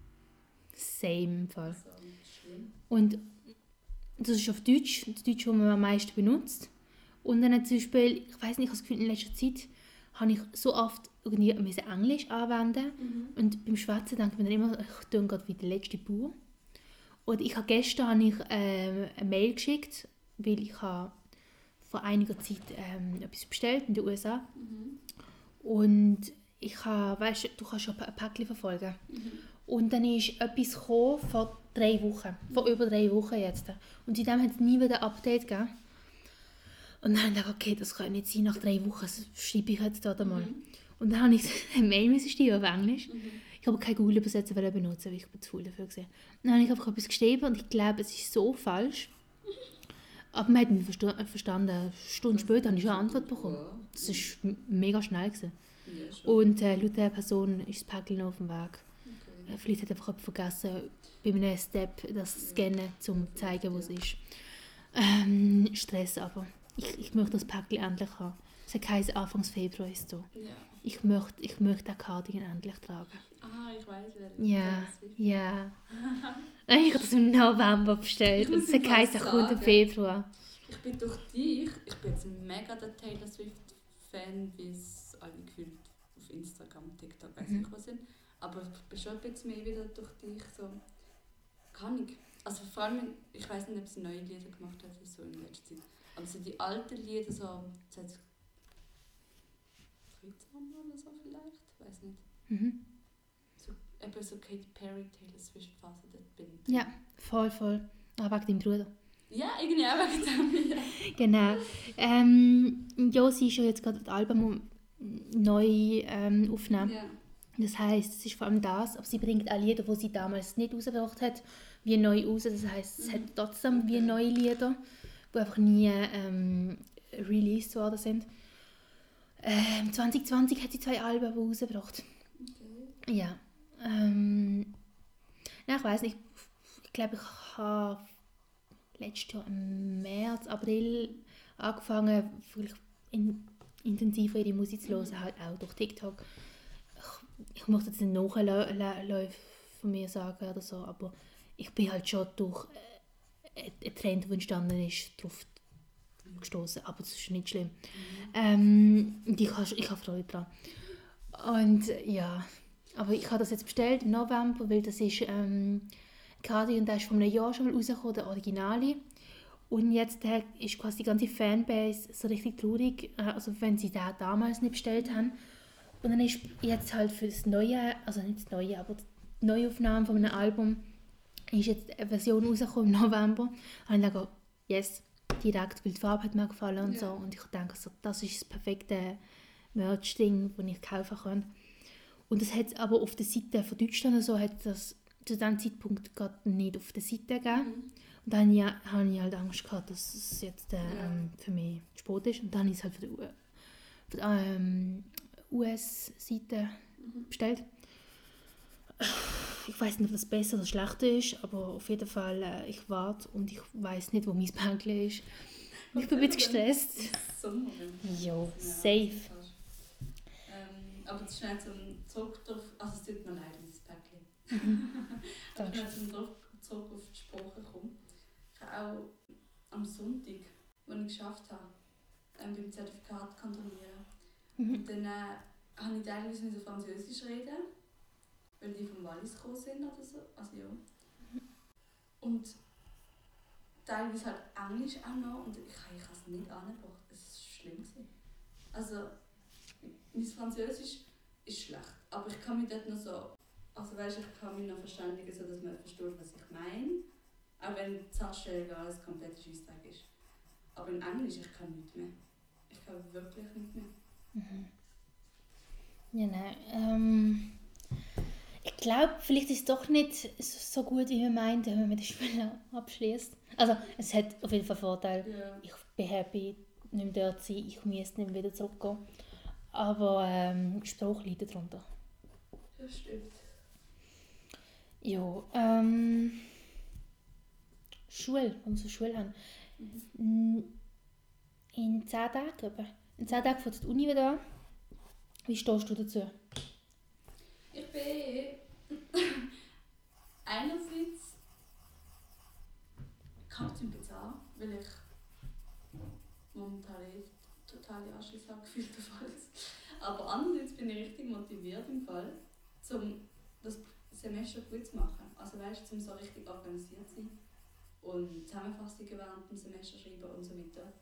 Same Fall. Also, schlimm. Und das ist auf Deutsch, das Deutsch, das man am meisten benutzt. Und dann zum Beispiel, ich weiß nicht, ich habe das Gefühl, in letzter Zeit habe ich so oft irgendwie Englisch anwenden. Und beim Schwätzen denke ich mir dann immer, ich tue gerade wie der letzte Bauer. Und gestern habe ich eine Mail geschickt, weil ich habe vor einiger Zeit etwas bestellt in den USA. Und ich habe, weißt du kannst schon ein Päckchen verfolgen. Und dann ist etwas gekommen vor 3 Wochen, vor über 3 Wochen jetzt. Und seitdem hat es nie wieder ein Update gegeben. Und dann habe ich gedacht, okay, das kann nicht sein, nach 3 Wochen schreibe ich jetzt da mal. Und dann habe ich eine Mail schreiben auf Englisch. Ich habe keine Google-Übersetzer benutzen, weil ich zu faul dafür gesehen. Dann habe ich einfach etwas geschrieben und ich glaube, es ist so falsch. Aber man hat mich verstanden. Eine Stunde später habe ich schon eine Antwort bekommen. Das war mega schnell. Ja, Und laut der Person ist das Päckchen noch auf dem Weg. Okay. Vielleicht hat einfach jemand vergessen, bei einem Step das zu scannen, um zu zeigen, wo es ist. Stress aber. Ich möchte das Päckchen endlich haben. Es hat geheißen, Anfangs Februar ist so. Ja. Ich möchte den Cardigan endlich tragen. Ich weiß wer. Ja. Ich habe das im November bestellt und es hat geheißen, er kommt im Februar. Ich bin durch dich, ich bin jetzt mega der Taylor Swift-Fan, wie es alle gefühlt auf Instagram, TikTok, weiß nicht was sind. Aber ich bin schon ein bisschen mehr wieder durch dich so. Kann ich. Also vor allem, ich weiß nicht, ob sie neue Lieder gemacht hat, so in letzter Zeit. Aber so die alten Lieder, so 2013, So, eben so Katy Perry, Taylor Swift Phase, dort bin ich. Ja, voll. Ah, wegen deinem Bruder. Ja, irgendwie auch wegen dem, ja. Genau. Ja, sie ist ja jetzt gerade das Album neu aufnehmen. Ja. Das heisst, es ist vor allem das, aber sie bringt auch Lieder, die sie damals nicht rausgebracht hat, wie neu raus. Das heisst, es hat trotzdem wie neue Lieder, die einfach nie released worden sind. 2020 hat sie 2 Alben rausgebracht. Okay. Ja. Ich weiss nicht. Ich glaube, ich habe letztes Jahr im März, April angefangen, vielleicht intensiver ihre Musik zu hören, halt auch durch TikTok. Ich möchte jetzt nicht Nachläufe von mir sagen oder so, aber ich bin halt schon durch einen Trend, der entstanden ist, darauf gestoßen, aber das ist nicht schlimm. Und ich habe Freude daran. Und ja, aber ich habe das jetzt bestellt im November, weil das ist Kadi und der ist vor einem Jahr schon mal rausgekommen, der Originale. Und jetzt ist quasi die ganze Fanbase so richtig traurig, also wenn sie den damals nicht bestellt haben. Und dann ist jetzt halt für das Neue, also nicht das Neue, aber die Neuaufnahme von einem Album, ist jetzt eine Version rausgekommen im November. Und ich dachte, yes, direkt, weil die Farbe hat mir gefallen und so. Und ich denke, so, das ist das perfekte Merch-Ding, das ich kaufen kann. Und das hat es aber auf der Seite von Deutschland so, hat das zu diesem Zeitpunkt gerade nicht auf der Seite gegeben. Und dann habe ich halt Angst gehabt, dass es jetzt für mich zu spät ist. Und dann habe ich es halt von der US-Seite bestellt. Ich weiß nicht, ob das besser oder schlechter ist, aber auf jeden Fall, ich warte und ich weiß nicht, wo mein Päckchen ist. Und ich bin ein bisschen gestresst. Sommer. Jo, safe. Aber das ist nicht zurück drauf, also es tut mir leid, dieses Päckchen. Aber ich bin zurück auf die Sprache gekommen. Ich habe auch am Sonntag, als ich geschafft habe, beim Zertifikat kontrollieren. Und dann habe ich teilweise so Französisch reden, weil die vom Wallis gekommen sind oder so. Also ja. Und teilweise halt Englisch auch noch und ich habe es nicht angebracht. Es war schlimm. Also, mein Französisch ist schlecht, aber ich kann mich dort noch so, also weißt, ich kann mich noch verständigen, so dass man versteht, was ich meine. Auch wenn die Satzstellung alles komplett Scheissdreck ist. Aber in Englisch, ich kann nichts mehr. Ich kann wirklich nichts mehr. Ja, nein. Ich glaube, vielleicht ist es doch nicht so gut, wie man meint, wenn man das Spiel abschließt. Also, es hat auf jeden Fall Vorteile. Ja. Ich bin happy, nicht mehr dort zu sein. Ich müsste nicht mehr wieder zurückgehen. Aber Spruch leidet darunter. Das stimmt. Ja, Schule, wenn wir so Schule haben. In 10 Tagen, aber in 10 Tagen fängt die Uni wieder an. Wie stehst du dazu? Ich bin einerseits kackt im Bezahlen, weil ich momentan totale Anschluss habe, gefühlt auf alles. Aber andererseits bin ich richtig motiviert im Fall, um das Semester gut zu machen. Also weißt du, um so richtig organisiert zu sein und Zusammenfassungen während dem Semester schreiben und so weiter.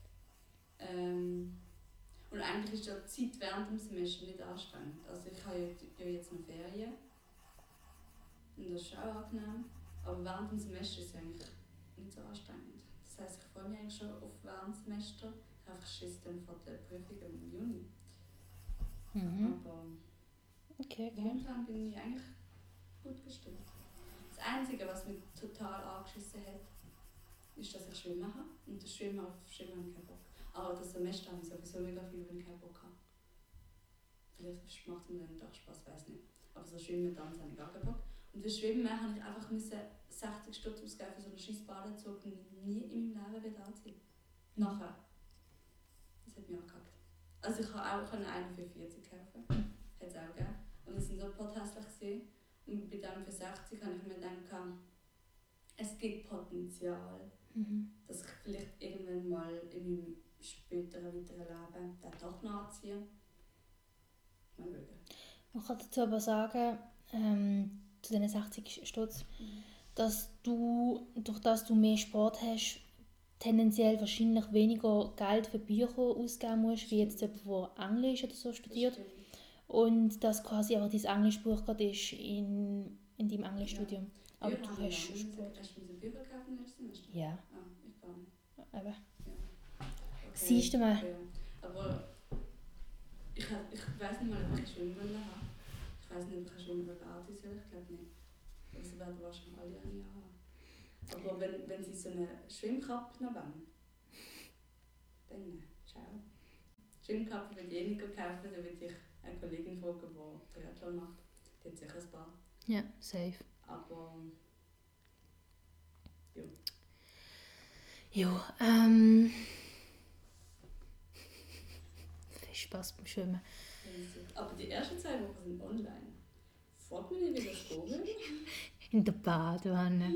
Und eigentlich ist ja die Zeit während dem Semester nicht anstrengend. Also ich habe ja jetzt noch Ferien und das ist auch angenehm. Aber während dem Semester ist es eigentlich nicht so anstrengend. Das heisst, ich freue mich eigentlich schon auf während dem Semester. Ich habe einfach Schiss dann vor der Prüfung im Juni. Aber Okay. momentan bin ich eigentlich gut gestimmt. Das Einzige, was mich total angeschissen hat, ist, dass ich Schwimmen habe. Und das Schwimmen habe ich keinen Bock. Aber das Semester habe ich sowieso mega viel, wenn ich keinen Bock habe. Vielleicht macht es mir dann doch Spaß, weiß nicht. Aber so Schwimmen, Tanzen habe ich gar keinen Bock. Und das Schwimmen habe ich einfach 60 Stunden ausgeben für so einen scheiß Badezug und nie in meinem Leben wieder anziehen. Nachher. Das hat mich angekackt. Also ich konnte auch einen für 40 kaufen. Hat es auch gegeben. Und das waren so pothässlich. Und bei dem für 60 habe ich mir gedacht, es gibt Potenzial, dass ich vielleicht irgendwann mal in meinem späteren weiteren Leben den doch noch anziehe. Mal schauen. Man kann dazu aber sagen, zu diesen 60 Stutz, dass du, durch das du mehr Sport hast, tendenziell wahrscheinlich weniger Geld für Bücher ausgeben musst, wie jetzt jemand, der Englisch oder so studiert. Und dass quasi auch dein Englischbuch gerade ist in deinem Englischstudium. Ja. Aber Bücher du habe ich hast auch. Sport. Hast du mir Bücher gekauft im letzten Semester? Ja, Ah, ich gar nicht. aber Ja. Okay. siehst du mal. Ja. Aber ich weiss nicht mal, ob ich Schwimmbrille habe. Ich weiss nicht, ob ich eine Schwimmbrille gratis habe. Ich glaube nicht. Aber sie werden wahrscheinlich alle ein Jahr haben. Aber wenn sie so eine Schwimmkappe noch wollen, dann ciao. Schwimmkappe würde ich eh nicht kaufen, dann würde ich eine Kollegin fragen, die Triathlon macht. Die hat sicher ein paar. Ja, safe. Aber ja. Ja, viel Spaß beim Schwimmen. Aber die ersten 2 Wochen sind online. Frag mich nicht, wie das gehen würde. In der Badewanne.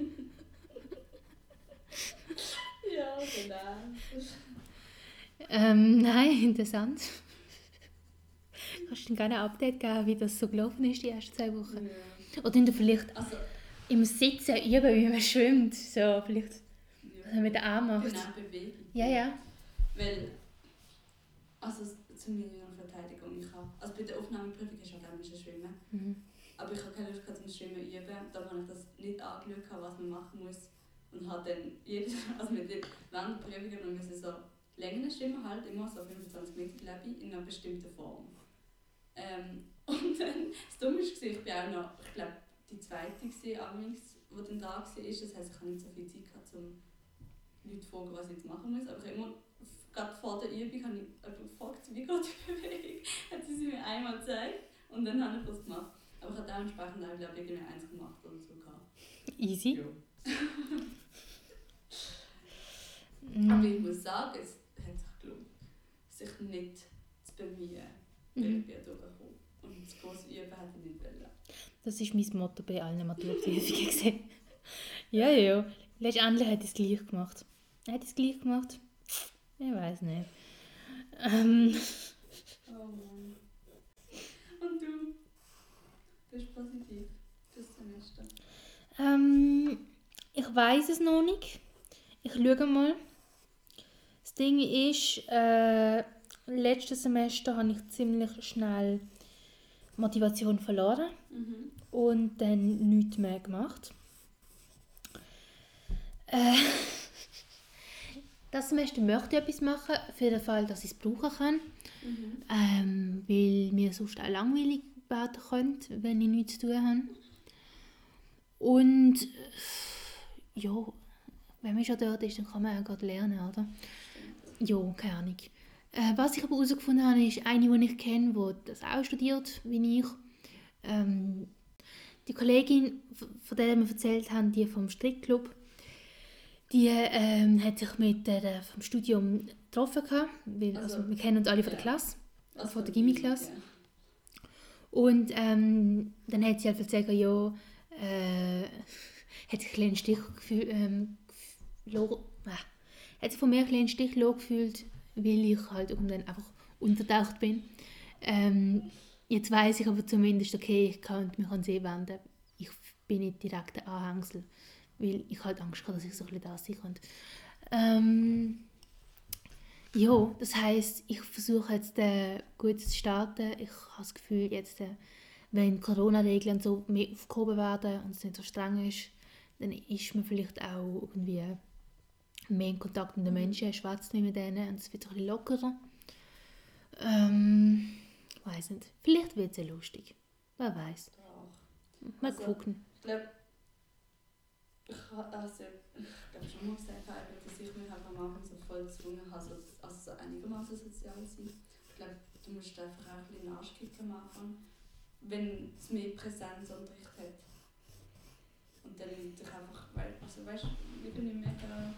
Ja, genau. Nein, interessant. Kannst du dir gerne ein Update geben, wie das so gelaufen ist, die ersten 2 Wochen? Ja. Oder wenn du vielleicht Also, im Sitzen üben, wie man schwimmt. So, vielleicht, was man mit den Armen macht. genau, Bewegung. Ja, ja. Weil, also zu meiner Verteidigung, also bei der Aufnahmeprüfung ist halt auch ein Schwimmen. Mhm. Aber ich habe keine Lust gehabt zum Schwimmen üben. Da habe ich das nicht angeschaut, was man machen muss. Und habe dann also mit den Wanderprüfungen und müssen so Längen schwimmen, halt immer so 25 Meter, glaube ich, in einer bestimmten Form. Und dann, das Dumme war, ich war auch noch, ich glaube, die zweite, die dann da war. Das heisst, ich hatte nicht so viel Zeit gehabt, um Leute zu fragen, was ich jetzt machen muss. Aber ich immer, gerade vor der Übung, habe ich jemanden gefragt, wie geht die Bewegung. Hat sie mir einmal gezeigt und dann habe ich das gemacht. Aber ich habe auch entsprechend auch, glaube ich, irgendwie eins gemacht oder so gehabt. Easy. Ja. Mhm. Aber ich muss sagen, es hat sich gelohnt, sich nicht zu bemühen, weil ich bin durchgekommen. Und das große Üben hätte ich nicht wollen. Das war mein Motto bei allen Maturprüfungen gesehen. Ja, ja. Letztendlich hat er es gleich gemacht. Hat er es gleich gemacht? Ich weiß nicht. Oh Mann. Und du? Bist positiv das Semester? Ich weiß es noch nicht. Ich schaue mal. Das Ding ist, letztes Semester habe ich ziemlich schnell Motivation verloren Mhm. und dann nichts mehr gemacht. Das Semester möchte ich etwas machen, für den Fall, dass ich es brauchen kann. Mhm. Weil mir sonst auch langweilig werden könnte, wenn ich nichts zu tun habe. Und ja, wenn man schon dort ist, dann kann man auch gerade lernen, oder? Ja, keine Ahnung. Was ich aber herausgefunden habe, ist eine, die ich kenne, die das auch studiert, wie ich. Die Kollegin, von der wir erzählt haben, die vom Strickclub, die hat sich mit der vom Studium getroffen. Weil, also, wir kennen uns alle von der Klasse, von der Gimmi-Klasse. Ja. Und dann hat sie halt erzählt, ja, hat sich ein kleinen Stich hat sich von mir ein kleinen Stich gefühlt, weil ich halt irgendwann einfach untertaucht bin. Jetzt weiss ich aber zumindest, okay, ich kann mich an sie wenden. Ich bin nicht direkt ein Anhängsel, weil ich halt Angst hatte, dass ich so ein bisschen da sein könnte. Ja, das heisst, ich versuche jetzt gut zu starten. Ich habe das Gefühl, jetzt, wenn Corona-Regeln so mehr aufgehoben werden und es nicht so streng ist, dann ist man vielleicht auch irgendwie mehr in Kontakt mit den Menschen, schwätzt nicht mit denen und es wird ein bisschen lockerer. Ich weiss nicht. Vielleicht wird es ja lustig. Wer weiß. Mal gucken. Ich glaube, ich habe schon mal gesagt, dass ich mich einfach am Anfang so voll gezwungen habe, also so einigermaßen sozial zu sein. Ich glaube, du musst einfach auch ein bisschen einen Arsch kicken am Anfang, wenn es mehr Präsenzunterricht hat. Und dann dich einfach, also weißt du, wie du nicht mega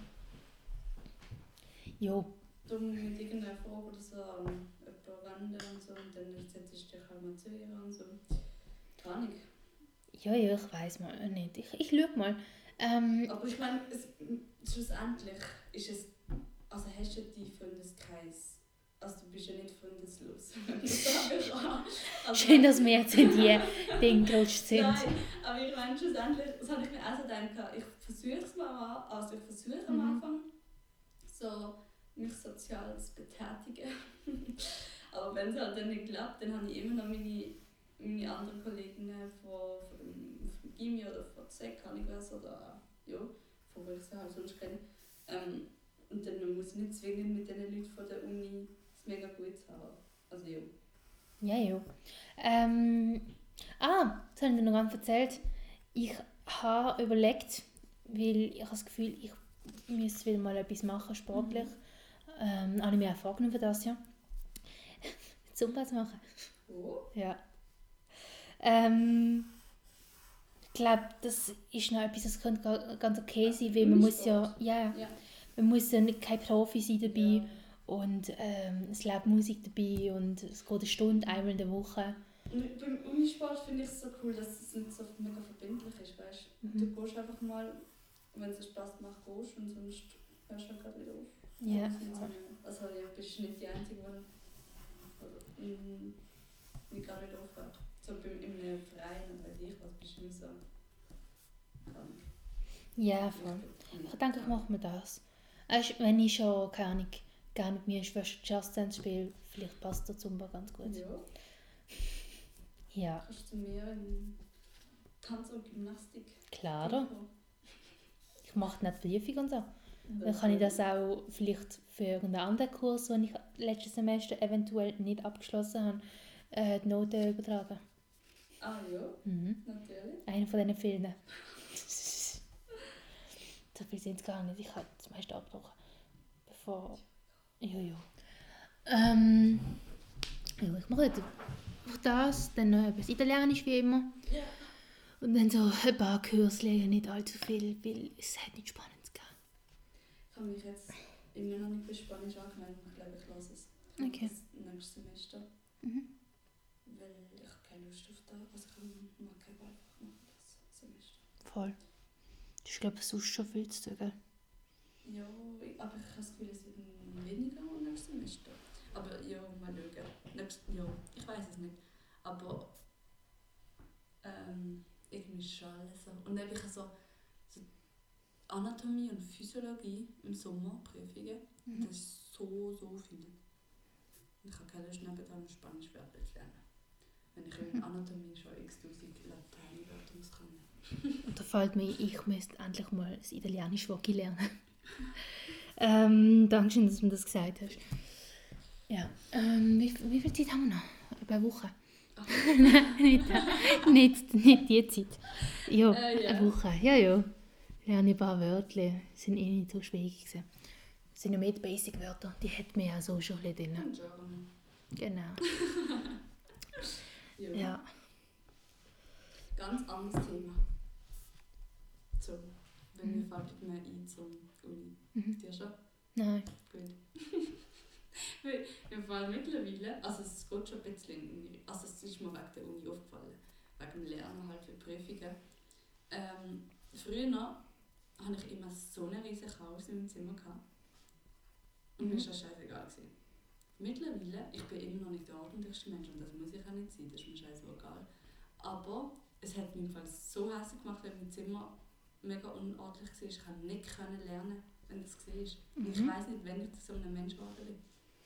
dumm mit irgendeiner Frage oder so an jemanden wenden und so und dann setzt du dich halt mal zu ihr und so. Keine Ahnung. Ja, ich weiss mal nicht. Ich schaue mal. Aber ich meine, schlussendlich ist es, also hast du deinen Freundeskreis, also du bist ja nicht freundeslos. Also, schön, dass wir jetzt in die Dinge gerutscht sind. Nein, aber ich meine, schlussendlich, das habe ich mir auch so gedacht, ich versuche es mal an, also ich versuche am Anfang so mich sozial zu betätigen. Aber wenn es halt dann nicht klappt, dann habe ich immer noch meine anderen Kolleginnen vom Gimmi oder von der Sek, kann ich was, oder ja, von wo ich sie halt sonst kenne. Und dann muss ich nicht zwingen, mit den Leuten von der Uni es mega gut zu haben. Also ja. Ja, ja. Das habe ich dir noch gar nicht erzählt. Ich habe überlegt, weil ich habe das Gefühl, ich müsste wieder mal etwas machen, sportlich. Habe ich mir auch vorgenommen für das Jahr. Zumba zu machen. Oh. Ja. Ich glaube, das ist noch etwas, das könnte ganz okay sein, weil man muss ja, man muss ja kein Profi sein dabei. Ja. Und es läuft Musik dabei und es geht eine Stunde, einmal in der Woche. Und beim Unisport finde ich es so cool, dass es nicht so mega verbindlich ist, weißt du? Du gehst einfach mal, wenn es dir Spass macht, gehst und sonst hörst du halt gerade wieder auf. Ja. Also ja, bist nicht die Einzige, die gerade nicht aufhört. So in einem Verein oder weiß ich was, bist du nicht so krank. Ja, voll. Ich denke, ich mache mir das. Weißt, wenn ich schon, keine Ahnung, gerne mit meiner Schwester Just Dance spiele, vielleicht passt der Zumba ganz gut. Ja. Ja. Kannst du mir in Tanz und Gymnastik? Klar. Ich mache nicht Prüfung und so. Dann kann ich das auch vielleicht für irgendeinen anderen Kurs, den ich letztes Semester eventuell nicht abgeschlossen habe, die Noten übertragen. Ah ja, natürlich. Einer von diesen vielen. So viel sind es gar nicht. Ich habe das meiste abgebrochen. Bevor... Ja. Ich mache jetzt das, dann noch etwas Italienisch wie immer. Ja. Und dann so ein paar Kurslehren, nicht allzu viel, weil es hat nicht spannend zu gehen. Ich habe mich jetzt immer noch nicht für Spanisch angemeldet. Ich glaube, ich lasse es. Okay. Das nächste Semester. Weil ich habe keine Lust auf das. Also ich mag kein einfach machen das Semester. Voll. Das ist, glaube ich, sonst schon viel zu tun, gell? Ja, aber ich habe das Gefühl, es wird weniger am nächsten Semester. Aber ja, mal schauen. Ja, ich weiß es nicht. Aber irgendwie ist schon alles so. Und dann habe ich so Anatomie und Physiologie im Sommer Prüfungen. Das ist so viel. Und ich habe keine Lust, nebenan noch Spanisch zu lernen. Wenn ich in Anatomie schon x-tausend Lateinwörter muss können. Und da fällt mir, ich müsste endlich mal das Italienisch Wocki lernen. Dankeschön, dass du mir das gesagt hast. Ja. Wie viel Zeit haben wir noch? Eine Woche? nicht die Zeit. Ja, eine Woche. Ja. Lerne ein paar Wörter. Sind nicht so schwierig gewesen. Das sind ja mehr die Basic-Wörter. Die hat man ja so schon drin. Genau. Ja. Ganz anderes Thema. So, wenn wir fällt mir ein zum Uni. Dir schon? Nein. Gut. Im Fall mittlerweile, also es geht schon ein bisschen in die Uni, also es ist mir wegen der Uni aufgefallen, wegen dem Lernen halt für Prüfungen. Früher hatte ich immer so eine riesige Chaos in meinem Zimmer gehabt. Und mir war das scheißegal. Mittlerweile, ich bin immer noch nicht der ordentlichste Mensch und das muss ich auch nicht sein, das ist mir scheißegal. Aber es hat mich so hässlich gemacht, wenn mein Zimmer mega unordentlich war. Ich konnte nicht lernen, wenn das war. Und ich weiss nicht, wenn ich so ein Mensch geworden bin.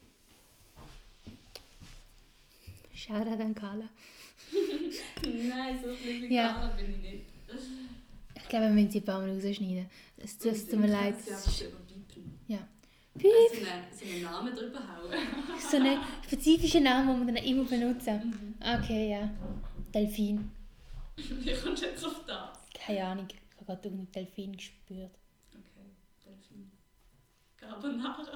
Shoutout an Carla. Nein, so viel wie Carla bin ich nicht. Ich glaube, wir müssen die ein paar Mal rausschneiden. Es tut mir leid. Ja. Piep! So einen Namen drüber hauen. So einen spezifischen Namen, den wir dann immer benutzen. Okay, ja. Delfin. Wie kommst du jetzt auf das? Keine Ahnung. Ich habe gerade einen Delfin gespürt. Okay, Delfin. Carbonara.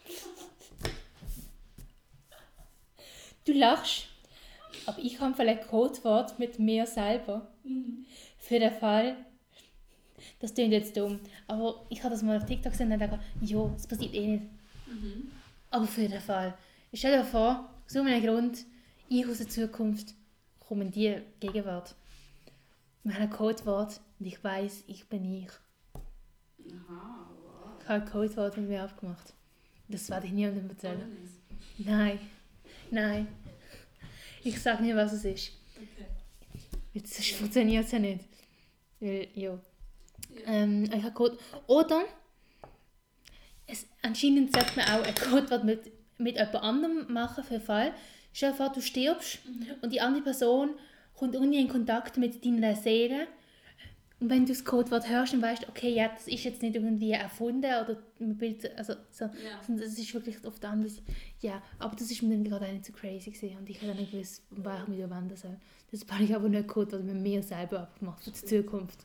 Du lachst, aber ich habe ein Codewort mit mir selber. Für den Fall, das klingt jetzt dumm, aber ich habe das mal auf TikTok gesehen und dachte, ja, das passiert eh nicht. Aber für den Fall. Stell dir vor, aus irgendeinem Grund, ich aus der Zukunft komme in die Gegenwart. Wir haben ein Codewort und ich weiss, ich bin ich. Aha, wow. Ich habe ein Codewort mit mir abgemacht. Das werde ich niemandem erzählen. Nein. Ich sage nicht, was es ist. Okay. Jetzt funktioniert es ja nicht. Weil, ja. Ich habe Code. Oder anscheinend sagt man auch ein Codewort mit jemand anderem machen für den Fall. Stell dir vor, du stirbst und die andere Person kommt irgendwie in Kontakt mit deiner Seele. Und wenn du das Codewort hörst, dann weißt du, okay, ja, das ist jetzt nicht irgendwie erfunden oder ein Bild, also so, sondern das ist wirklich oft anders. Ja, aber das ist mir dann gerade auch nicht so crazy gewesen und ich habe dann nicht gewusst, was ich mit der wenden soll. Das habe ich aber nicht Codewort mit mir selber abgemacht für die Zukunft.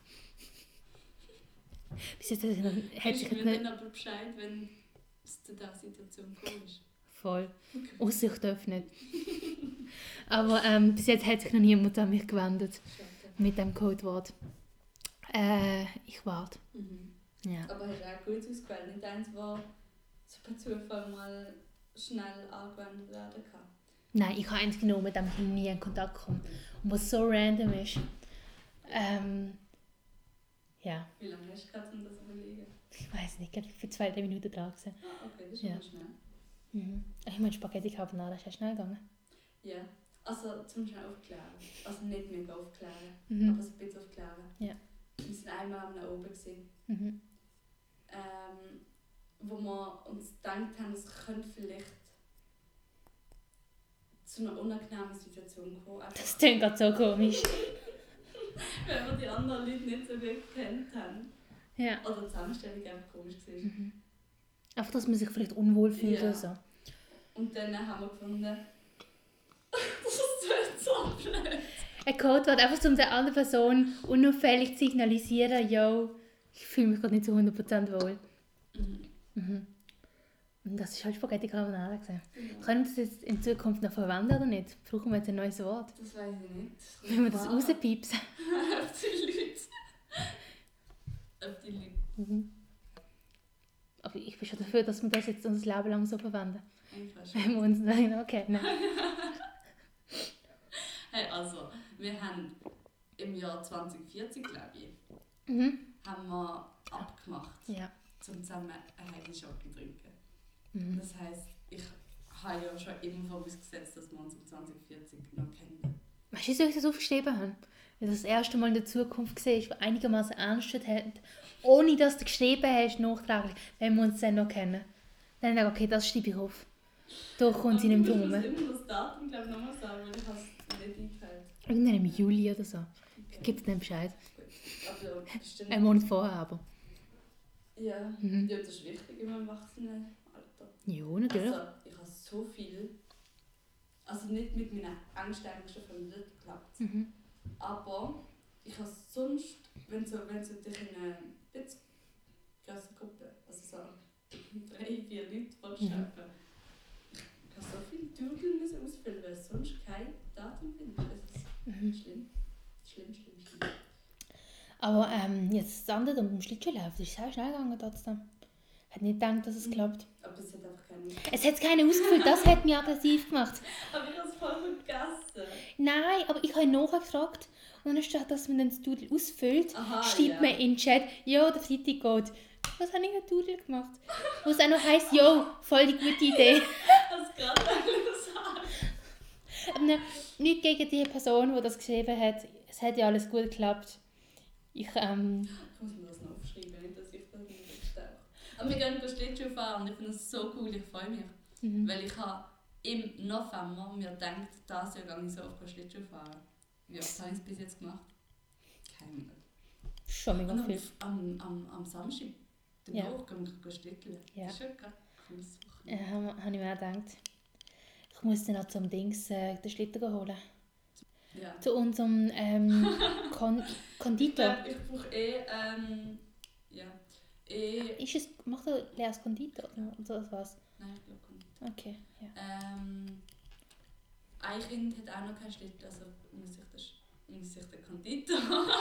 Bis jetzt hätte ich mir dann aber Bescheid, wenn es zu dieser Situation kommt. Voll. Ausser ich darf nicht. Aber bis jetzt hat sich noch niemand an mich gewendet mit dem Codewort. Ich warte. Ja. Aber hast du auch gut ausgewählt? Nicht eins, das so per Zufall mal schnell angewendet werden kann? Nein, ich habe eins genommen, mit dem ich nie in Kontakt komme. Und was so random ist. Ja. Wie lange hast du gerade, um das zu überlegen? Ich weiß nicht, ich war für 2-3 Minuten dran. Ah, okay, das ist schon schnell. Ich meine, Spaghetti Carbonara ist ja schnell gegangen. Ja, also zum schnell aufklären. Also nicht mega aufklären, aber so ein bisschen aufklären. Ja. Wir waren einmal am oben gewesen, wo wir uns gedacht haben, es könnte vielleicht zu einer unangenehmen Situation kommen. Das klingt gerade so komisch. Wenn wir die anderen Leute nicht so gut gekannt haben. Ja. Oder die Zusammenstellung einfach komisch war. Einfach, dass man sich vielleicht unwohl fühlt oder so. Und dann haben wir gefunden, das ist so blöd. Ein Codewort einfach, um der anderen Person unauffällig zu signalisieren, yo, ich fühle mich gerade nicht zu 100% wohl. Und das war halt Spaghetti Carbonara. Können wir das jetzt in Zukunft noch verwenden oder nicht? Brauchen wir jetzt ein neues Wort? Das weiß ich nicht. Wenn wir das rauspiepsen? Auf die Leute. Auf die Leute. Aber ich bin schon dafür, dass wir das jetzt unser Leben lang so verwenden. Eigentlich Wenn wir uns sagen, okay, nein. Hey, also, wir haben im Jahr 2040, glaube ich, haben wir abgemacht, um zusammen eine heiße Schoki zu trinken. Das heisst, ich habe ja schon immer vorausgesetzt, dass wir uns um 2040 noch kennen. Weißt du, wieso ich das aufgeschrieben habe? Weil das erste Mal in der Zukunft gesehen ist, was einigermaßen ernst hat, ohne dass du geschrieben hast, nachträglich, wenn wir uns dann noch kennen. Dann denke ich, okay, das schreibe ich auf. Da kommt sie nicht mehr rum. Ich muss immer das Datum, glaube ich, nochmal sagen, weil ich es nicht eingeteilt. Irgendwann im Juli oder so. Okay. Gibt es dann Bescheid. Aber bestimmt... Ein Monat vorher aber. Ja, ja, das ist wichtig im Erwachsenenalter. Ja, natürlich. Also, ich habe so viel... Also nicht mit meinen Ängsten eigentlich schon von mir geklappt. Aber ich habe sonst, wenn du dich in eine bisschen größere Gruppe, also so 3-4 Leute vorstellen, ich habe so viele Doodle ausfüllen, weil es sonst kein Datum findet. Das ist schlimm. Schlimm. Aber jetzt das andere mit dem Schlittschuhlaufen, das ist sehr schnell gegangen trotzdem. Ich hätte nicht gedacht, dass es klappt. Aber es hat einfach keinen... Es hat keinen ausgefüllt, das hat mich aggressiv gemacht. Aber ich habe es voll vergessen. Nein, aber ich habe nachgefragt und dann steht, dass man dann das Doodle ausfüllt, Aha, schreibt man in den Chat, jo, der Freitag geht. Was habe ich mit Doodle gemacht? Wo es auch noch heisst, jo, voll die gute Idee. Das gerade sagen. Aber nicht gegen die Person, die das geschrieben hat. Es hat ja alles gut geklappt. Ich muss mir das noch aufschreiben, nicht, dass ich das nicht bestelle. Aber wir gehen Schlittschuh fahren und ich finde das so cool, ich freue mich. Weil ich habe im November mir gedacht, dieses Jahr gehe ich so oft Schlittschuh fahren. Wie oft habe ich es bis jetzt gemacht? Keine Ahnung. Schon mega viel. Am Samstag danach gehen wir schlitteln. Ja. Das ist schon gerade ein cooles Wochenende. Ja, habe ich mir auch gedacht. Ich muss dann noch zum Dings den Schlitten holen. Ja. Zu unserem Konditor. Ich brauche Macht er leeres Konditor oder was? Nein, ich glaube Konditor. Okay, ja. Ein Kind hat auch noch keinen Schlitten, also muss sich der Konditor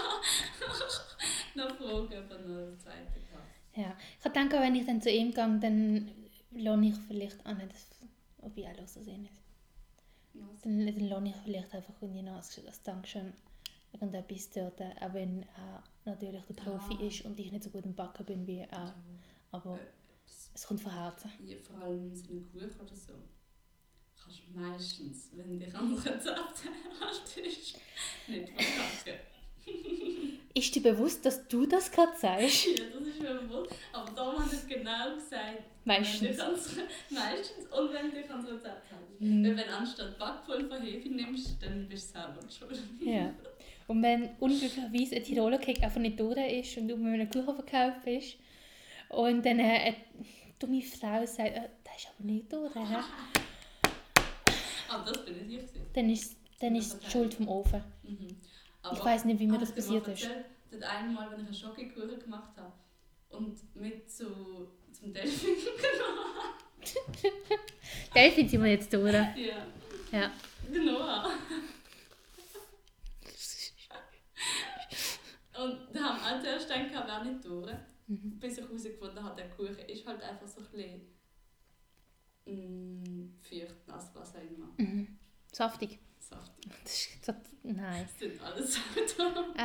noch fragen, ob er noch einen zweiten hat. Ja, ich habe gedacht, wenn ich dann zu ihm gehe, dann lohne ich vielleicht auch nicht, ob ich auch loszusehen ist. Dann lohne ich vielleicht einfach als Dankeschön irgendetwas dort, auch wenn er natürlich der Profi ist und ich nicht so gut im Backen bin wie er. Aber es kommt von Herzen. Ja, vor allem so einen Kuchen oder so. Kannst du meistens, wenn dich andere Rezepte hast, nicht verpacken. Ist dir bewusst, dass du das gerade sagst? Ja, das ist mir bewusst. Aber da hat er genau gesagt, Meistens. Meistens und wenn du dich ans Rezept hältst. Weil wenn anstatt Backpulver Hefe nimmst, dann bist du selber schuld. Ja. Und wenn unglücklicherweise ein Tiroler Cake einfach nicht durch ist und du mit einem Kuchenverkauf bist und dann eine dumme Frau sagt, das ist aber nicht durch, Aber das bin nicht ich. dann ist die Schuld vom Ofen. Mhm. Ich weiss nicht, wie mir das passiert ist. Das einmal, wenn ich einen Schokokuchen gemacht habe und mit zum Delfin genommen habe. Delfin sind wir jetzt durch. Ja. Genau. Und da haben wir zuerst gedacht, wäre nicht durch. Bis ich herausgefunden habe, der Kuchen ist halt einfach so ein bisschen feucht, nass, was auch immer. Saftig. Saftig. Nein. Das sind alles Sachen.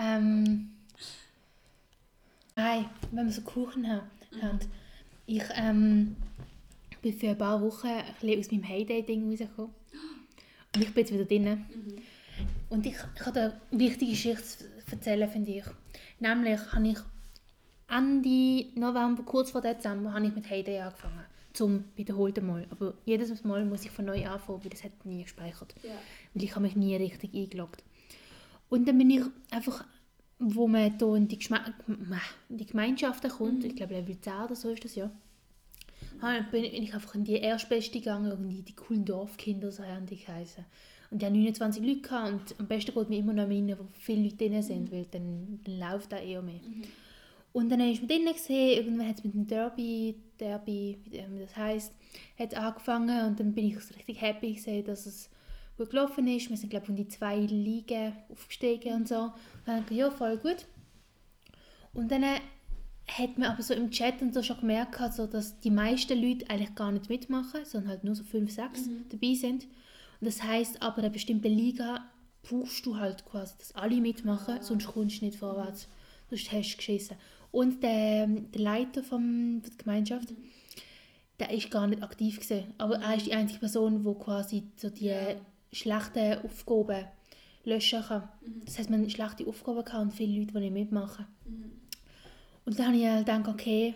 Nein, wenn wir so Kuchen haben. Ich bin für ein paar Wochen ein bisschen aus meinem Heyday-Ding rausgekommen. Und ich bin jetzt wieder drin. Und ich kann dir eine wichtige Geschichte erzählen, finde ich. Nämlich habe ich Ende November, kurz vor Dezember, habe ich mit Heyday angefangen. Zum wiederholten Mal. Aber jedes Mal muss ich von neu anfangen, weil das hat nie gespeichert. Ja. Weil ich habe mich nie richtig eingeloggt. Und dann bin ich einfach, wo man hier in die Gemeinschaften kommt, ich glaube Level 10 oder so ist das ja, bin ich einfach in die Erstbeste gegangen, irgendwie die coolen Dorfkinder, so haben die geheißen. Und die haben 29 Leute gehabt und am besten geht man immer noch rein, wo viele Leute drin sind, weil dann läuft da eher mehr. Und dann ist man drinnen gesehen, irgendwann hat es mit dem Derby, wie das heisst, hat angefangen und dann bin ich so richtig happy gesehen, dass es gut gelaufen ist. Wir sind, glaube ich, von die 2 Ligen aufgestiegen und so. Und dann dachte ich, ja, voll gut. Und dann hat man aber so im Chat und so schon gemerkt, so, dass die meisten Leute eigentlich gar nicht mitmachen, sondern halt nur so 5, 6 dabei sind. Und das heisst, aber in einer bestimmten Liga brauchst du halt quasi, dass alle mitmachen, sonst kommst du nicht vorwärts. Sonst hast du geschissen. Und der Leiter der Gemeinschaft, der ist gar nicht aktiv gewesen. Aber er ist die einzige Person, die quasi so die schlechten Aufgaben löschen kann. Das heisst, man hat schlechte Aufgaben kann und viele Leute, die nicht mitmachen. Und dann habe ich gedacht, okay,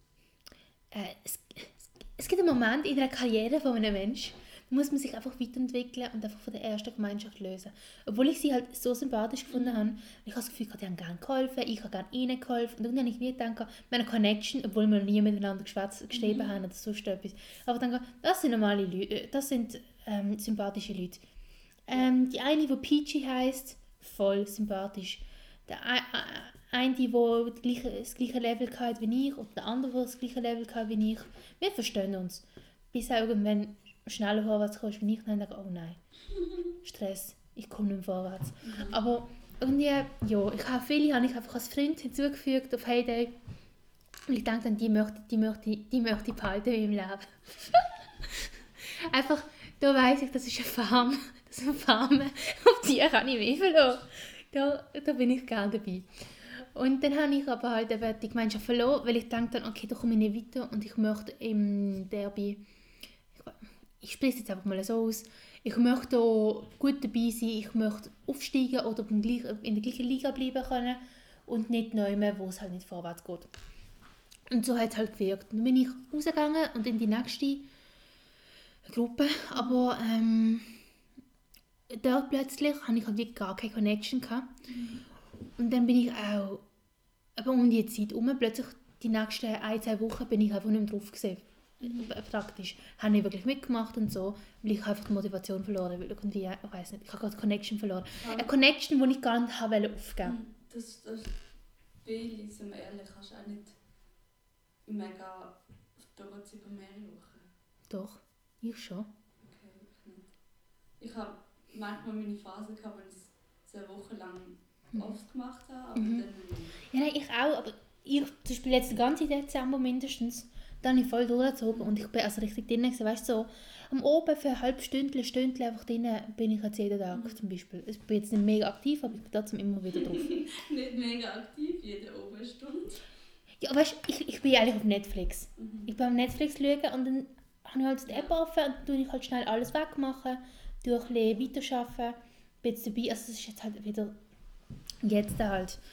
es gibt einen Moment in der Karriere von einem Menschen, da muss man sich einfach weiterentwickeln und einfach von der ersten Gemeinschaft lösen. Obwohl ich sie halt so sympathisch gefunden habe. Ich habe das Gefühl, die haben gerne geholfen, ich habe gerne ihnen geholfen. Und dann habe ich nie gedacht, wir haben eine Connection, obwohl wir noch nie miteinander geschrieben haben oder sonst etwas. Aber dann das sind normale Leute, das sind sympathische Leute. Die eine, die Peachy heisst, voll sympathisch. Der eine, der das gleiche Level hatte wie ich, und der andere, der das gleiche Level hatte wie ich. Wir verstehen uns. Bis irgendwann schneller vorwärts kommst wie ich, dann denke ich, oh nein, Stress, ich komme nicht mehr vorwärts. Aber irgendwie, ja, ich habe viele einfach als Freund hinzugefügt auf Heyday. Und ich denke dann, die möchte ich behalten in meinem Leben. Einfach, da weiss ich, das ist eine Farm. Das ist eine Farm, auf die kann ich mehr verlassen. Da bin ich gerne dabei. Und dann habe ich aber halt eben die Gemeinschaft verloren, weil ich dachte dann, okay, da komme ich nicht weiter und ich möchte im Derby, ich spreche es jetzt einfach mal so aus, ich möchte da gut dabei sein, ich möchte aufsteigen oder in der gleichen Liga bleiben können und nicht neu mehr, wo es halt nicht vorwärts geht. Und so hat es halt gewirkt. Dann bin ich rausgegangen und in die nächste Gruppe, aber dort plötzlich hatte ich halt gar keine Connection gehabt. Und dann bin ich auch aber um die Zeit herum, plötzlich die nächsten 1-2 Wochen bin ich einfach nicht mehr drauf gewesen. Praktisch. Habe nicht wirklich mitgemacht und so, weil ich einfach die Motivation verloren habe, weil irgendwie, ich weiß nicht, ich habe gerade die Connection verloren. Eine Connection, die ich gar nicht aufgeben wollte. Das Billy, sind wir ehrlich, kannst du auch nicht mega dort über mehrere Wochen. Doch, ich schon. Okay, ich nicht. Ich habe manchmal meine Phase gehabt, wo ich es 2 Wochen lang oft gemacht habe, aber dann nicht. Ja, nein, ich auch, aber ich, zum Beispiel jetzt den ganzen Dezember mindestens, dann habe ich voll durchgezogen und ich bin also richtig drin gewesen, weißt du, so am Oben für eine halbe Stunde einfach drin bin ich jetzt jeden Tag zum Beispiel. Ich bin jetzt nicht mega aktiv, aber ich bin trotzdem immer wieder drauf. Nicht mega aktiv, jede Oberstunde. Ja, weißt du, ich bin eigentlich auf Netflix. Ich bin auf Netflix schauen und dann habe ich halt die App offen und dann tue ich halt schnell alles wegmachen, durch ein bisschen weiterarbeiten, bin jetzt dabei, also es ist jetzt halt wieder jetzt halt.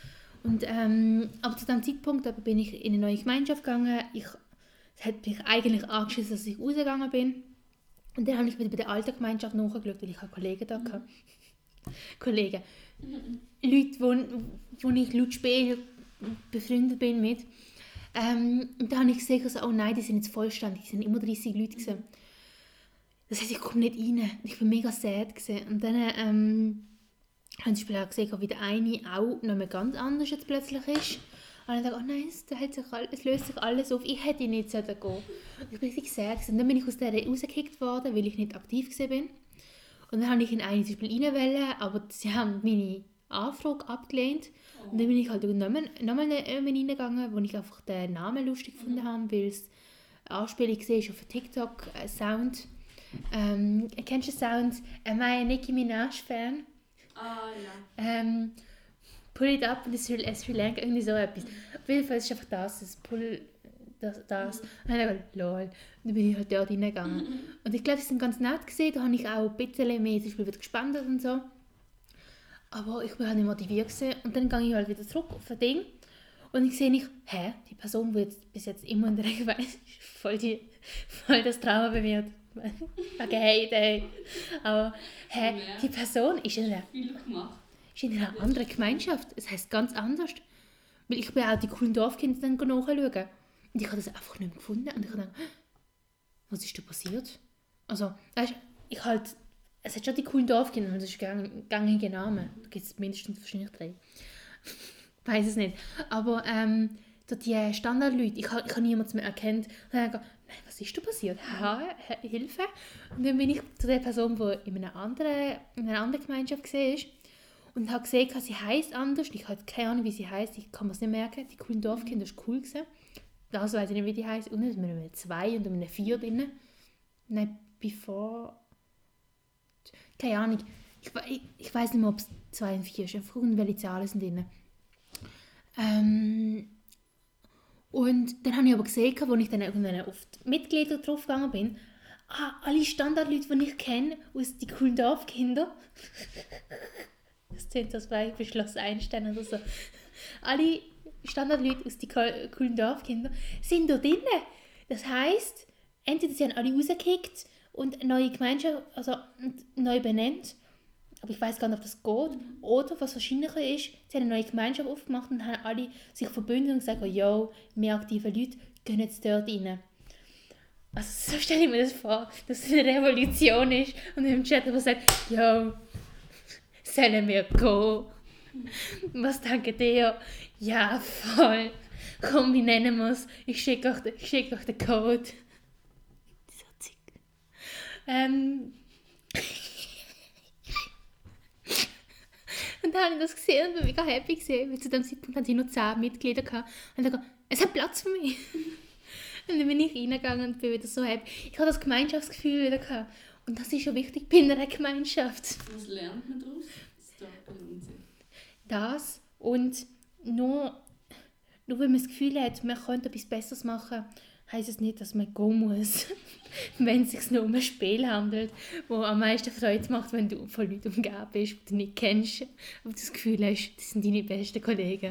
Und, aber zu diesem Zeitpunkt bin ich in eine neue Gemeinschaft gegangen. Es hat mich eigentlich angeschissen, dass ich rausgegangen bin. Und dann habe ich wieder bei der alten Gemeinschaft nachgeschaut, weil ich Kollegen da hatte. Kollegen. Leute, wo ich laut Spiel befreundet bin mit. Und dann habe ich gesehen, also, oh nein, die sind jetzt vollständig, es sind immer 30 Leute gewesen. Das heisst, ich komme nicht rein. Ich war mega sad gewesen. Und dann habe ich auch gesehen, wie der eine auch noch mal ganz anders jetzt plötzlich ist. Und dann dachte ich, oh nein, es löst sich alles auf. Ich hätte nicht gehen sollen. Ich war richtig sad gewesen. Und dann bin ich aus der rausgekickt worden, weil ich nicht aktiv war. Und dann wollte ich in eine zum Beispiel rein, aber sie haben meine Anfrage abgelehnt. Und dann bin ich halt nochmal reingegangen, wo ich einfach den Namen lustig gefunden habe, weil es eine Anspielung war auf TikTok, Sound. Kennst du den Sound? Am I a Nicki Minaj-Fan? Ah, ja. Pull it up in Sri Lanka, irgendwie so etwas. Auf jeden Fall ist es einfach das das. Und dann habe ich lol. Und dann bin ich halt dort reingegangen. Und ich glaube, sie sind ganz nett gesehen. Da habe ich auch ein bisschen mehr wieder gespannt und so. Aber ich war halt nicht motiviert gewesen. Und dann gehe ich halt wieder zurück auf das Ding. Und ich sehe nicht, die Person, die jetzt bis jetzt immer in der Reichweite ist, voll das Trauma bei mir. Okay, aber die Person ist in einer anderen Gemeinschaft. Das heisst ganz anders. Weil ich bin auch die coolen Dorfkinder dann nachschauen. Und ich habe das einfach nicht mehr gefunden. Und ich habe gedacht, was ist da passiert? Also, weißt, es hat schon die coolen Dorfkinder, das ist ein gängiger Name. Da gibt es mindestens wahrscheinlich 3. Ich weiß es nicht. Aber so die Standardleute, ich habe niemanden mehr erkannt. Und dann habe ich gedacht, nein, was ist da passiert? Hilfe! Und dann bin ich zu der Person, die in einer anderen Gemeinschaft war. Und habe gesehen, sie heisst anders. Ich habe keine Ahnung, wie sie heisst. Ich kann mir es nicht merken. Die coolen Dorfkinder war cool. Das weiß ich nicht, wie die heisst. Und dann sind wir mit einem 2 und einem 4 drin. Nein, bevor... Keine Ahnung. Ich weiß nicht mehr, ob es 2 und 4 ist. Einfach irgendwelche Zahlen sind drin. Und dann habe ich aber gesehen, als ich dann irgendwann auf die Mitglieder draufgegangen bin, alle Standardleute, die ich kenne, aus den coolen Dorfkindern, das klingt, als wäre ich bei Schloss Einstein oder so, alle Standardleute aus den coolen Dorfkindern sind da drin. Das heisst, entweder sie haben alle rausgekickt und eine neue Gemeinschaft, also neu benannt, aber ich weiß gar nicht, ob das geht. Oder was wahrscheinlicher ist, sie haben eine neue Gemeinschaft aufgemacht und haben alle sich verbündet und gesagt, yo, mehr aktive Leute gehen jetzt dort rein. Also so stelle ich mir das vor, dass es eine Revolution ist und im Chat aber sagt, yo, sollen wir gehen? Was denkt ihr? Ja, voll. Komm, wir nennen es. Ich schicke euch den Code. So zick. Und dann habe ich das gesehen und war mega happy gesehen, weil zu dem Zeitpunkt hatte ich noch 10 Mitglieder gehabt. Und dann dachte ich, es hat Platz für mich. Und dann bin ich reingegangen und bin wieder so happy. Ich habe das Gemeinschaftsgefühl wieder gehabt. Und das ist schon wichtig bei einer Gemeinschaft. Was lernt man daraus? Das belohnt sich. Das und nur wenn man das Gefühl hat, man könnte etwas Besseres machen, heisst es nicht, dass man gehen muss. Wenn es sich nur um ein Spiel handelt, das am meisten Freude macht, wenn du von Leuten umgeben bist, die du nicht kennst, aber das Gefühl hast, das sind deine besten Kollegen.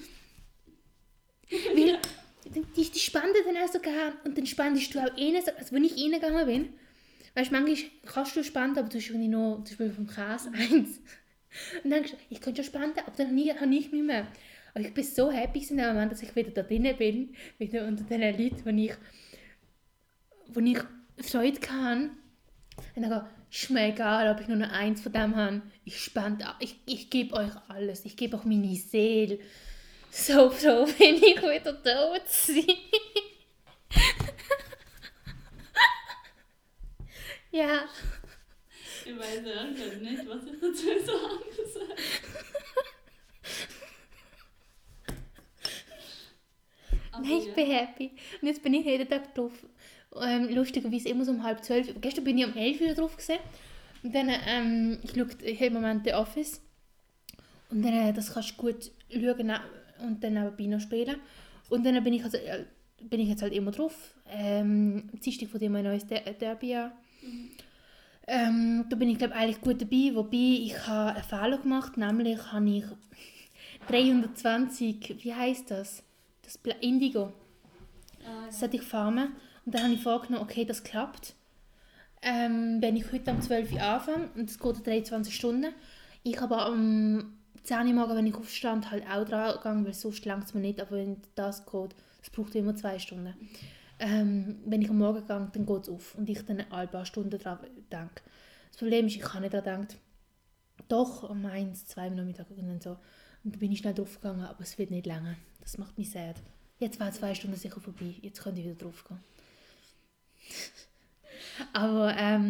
Weil die spenden dann auch so gerne und dann spendest du auch ihnen, also wenn ich reingegangen bin, weißt du, manchmal kannst du spenden, aber du hast irgendwie nur zum Beispiel vom Käse 1. Und dann denkst du, ich könnte schon spenden, aber dann habe ich nicht mehr. Aber ich bin so happy in dem Moment, dass ich wieder da drinnen bin, wieder unter den Leuten, wo ich Freude hatte. Und dann ist mir egal, ob ich nur noch 1 von dem habe. Ich spende, ich gebe euch alles. Ich gebe auch meine Seele. So froh bin ich wieder da zu sein. Ja. Ich weiß ehrlich nicht, was ich dazu sagen soll. Nein, ich bin happy. Und jetzt bin ich jeden Tag drauf. Lustigerweise immer so um 11:30. Gestern bin ich um 11 Uhr drauf gewesen. Und dann, ich habe im Moment The Office. Und dann, das kannst du gut schauen und dann nebenbei noch spielen. Und dann bin ich jetzt halt immer drauf. Am Dienstag von dem ein neues Derby an. Da bin ich, glaube ich, eigentlich gut dabei. Wobei, ich habe einen Fehler gemacht. Nämlich habe ich 320, wie heisst das? Das Indigo. Das sollte ich farmen. Und dann habe ich vorgenommen, okay, das klappt. Wenn ich heute um 12 Uhr anfange und es geht 23 Stunden. Ich habe am 10 Uhr morgen, wenn ich aufstand, halt auch dran gegangen, weil sonst langt es mir nicht. Aber wenn das geht, das braucht immer 2 Stunden. Wenn ich am Morgen gehe, dann geht es auf und ich dann ein paar Stunden daran denke. Das Problem ist, ich habe nicht daran gedacht. Doch, um 1, 2 Uhr Nachmittag und so. Und dann bin ich schnell drauf gegangen, aber es wird nicht länger. Das macht mich sad. Jetzt waren 2 Stunden sicher vorbei. Jetzt könnte ich wieder drauf gehen. Aber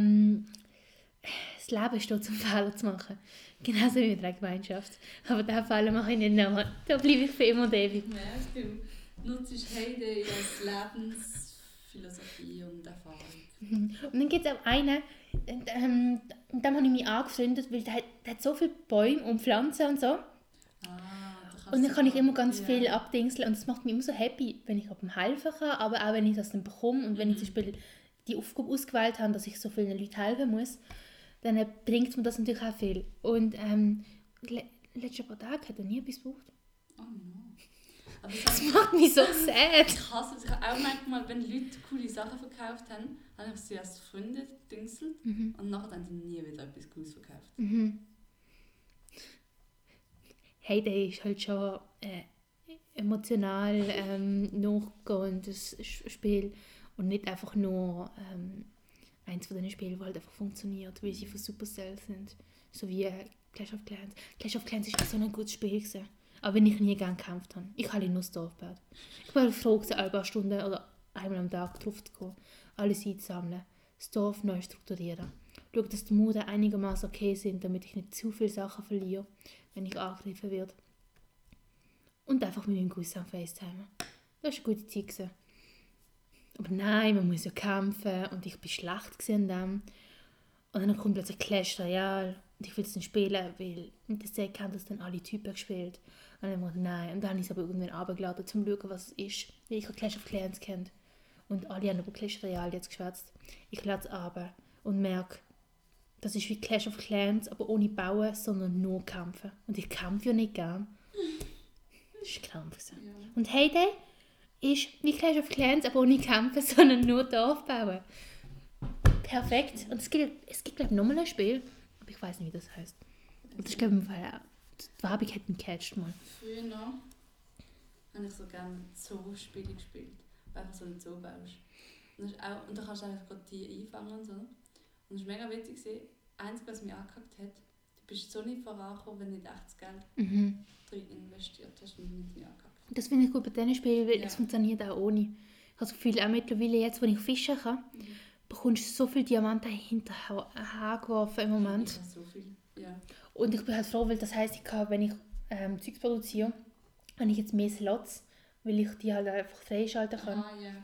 das Leben ist da, zum Fehler zu machen. Genauso wie mit der Gemeinschaft. Aber diesen Fehler mache ich nicht nochmal. Da bleibe ich für immer und ewig. Merkst du, nutzt Heyday als Lebensphilosophie und Erfahrung. Und dann gibt es auch einen, und dem habe ich mich angefreundet, weil der hat so viele Bäume und Pflanzen und so. Und dann kann ich immer ganz viel abdingseln und das macht mich immer so happy, wenn ich ihm helfen kann, aber auch wenn ich das dann bekomme und wenn ich zum Beispiel die Aufgabe ausgewählt habe, dass ich so vielen Leuten helfen muss, dann bringt mir das natürlich auch viel. Und letzte paar Tage hat er nie etwas gebraucht. Oh no. Aber das macht mich so sad. Ich hasse es. Ich habe auch manchmal, wenn Leute coole Sachen verkauft haben, habe ich sie als Freunde gedingselt und nachher haben sie nie wieder etwas Cooles verkauft. Heyday ist halt schon emotional nachgehendes Spiel und nicht einfach nur eins von den Spielen, das halt einfach funktioniert, weil sie von Supercell sind. So wie Clash of Clans. Clash of Clans ist auch so ein gutes Spiel gewesen. Aber wenn ich nie gerne gekämpft habe. Ich habe nur das Dorf gebaut. Ich war froh, ein paar Stunden oder einmal am Tag drauf zu gehen, alles einzusammeln, das Dorf neu strukturieren. Schauen, dass die Mauern einigermaßen okay sind, damit ich nicht zu viele Sachen verliere, wenn ich angegriffen werde. Und einfach mit meinem Cousin FaceTime. Das war eine gute Zeit gewesen. Aber nein, man muss ja kämpfen und ich war schlecht an dem. Und dann kommt plötzlich Clash Royale und ich will es nicht spielen, weil in der Set haben das dann alle Typen gespielt. Und dann dachte ich, nein. Und dann habe ich es aber irgendwann runtergeladen, um zu schauen, was es ist. Weil ich habe Clash of Clans kennt. Und alle haben über Clash Royale jetzt geschwätzt. Ich lade es runter und merke, das ist wie Clash of Clans, aber ohne Bauen, sondern nur kämpfen. Und ich kämpfe ja nicht gern. Das war Kampf. Ja. Und Heyday ist wie Clash of Clans, aber ohne kämpfen, sondern nur Dorf bauen. Perfekt. Und es gibt glaube ich, nochmal ein Spiel, aber ich weiß nicht, wie das heisst. Und das ist, glaube ich, weil die Werbung hat mich gecatcht mal. Früher noch habe ich so gerne Zoo-Spiele gespielt, weil du so einen Zoo baust. Und da kannst du einfach die einfangen und so. Und es war mega witzig. Das Einzige, was mich angehackt hat, du bist so nicht vorangekommen, wenn du nicht echtes Geld drin investiert hast und nicht angehackt. Das finde ich gut bei diesen Spielen, weil es funktioniert auch ohne. Ich habe das Gefühl, auch mittlerweile jetzt, wenn ich fischen kann, bekommst du so viele Diamanten hinterher geworfen im Moment. Ja, so viel. Ja. Und ich bin halt froh, weil das heisst, ich kann, wenn ich Zeugs produziere, habe ich jetzt mehr Slots, weil ich die halt einfach freischalten kann. Ja.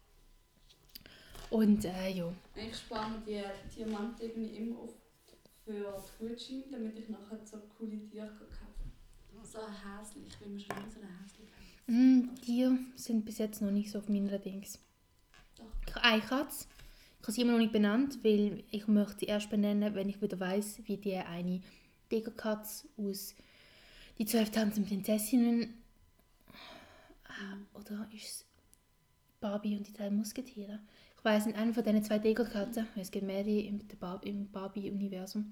Und ja. Ich spare mir die Diamanten irgendwie immer auf für die Gutscheine, damit ich nachher so coole Tiere kaufen kann. So hässlich, wie man schon immer so eine hässliche hat. Tiere sind bis jetzt noch nicht so auf meiner Dings. Doch. Ich habe eine Katze. Ich habe sie immer noch nicht benannt, weil ich möchte sie erst benennen, wenn ich wieder weiss, wie die eine Tigerkatze aus «Die 12 tanzenden Prinzessinnen» oder ist es Barbie und die 3 Musketiere? Ich weiss nicht, einer von diesen 2 Tigerkatzen, weil es gibt mehrere im Barbie-Universum.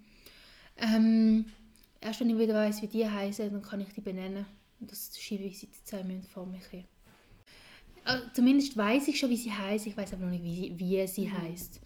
Erst wenn ich wieder weiss, wie die heißen, dann kann ich die benennen. Und das schiebe ich sie die 2 Minuten vor mich hin. Also, zumindest weiss ich schon, wie sie heisst. Ich weiss aber noch nicht, wie sie heisst.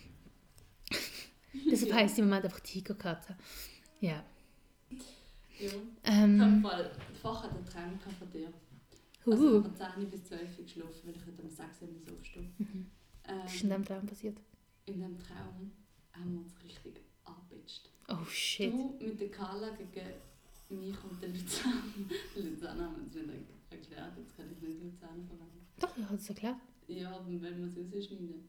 Deshalb heisst sie im Moment einfach Tigerkatze. Ja. Ja. Ich habe voll Fach einen Traum von dir. Also ich habe 10 bis 12 Uhr geschlafen, weil ich heute um 6 Uhr aufstehen. Was ist in diesem Traum passiert? In diesem Traum haben wir uns richtig angepitscht. Oh shit. Du mit der Carla gegen mich und den Luzern. Luzern haben wir uns nicht erklärt, jetzt kann ich nicht Luzern verwenden. Doch, ich habe es erklärt. Ja, aber wenn wir es rausschneiden.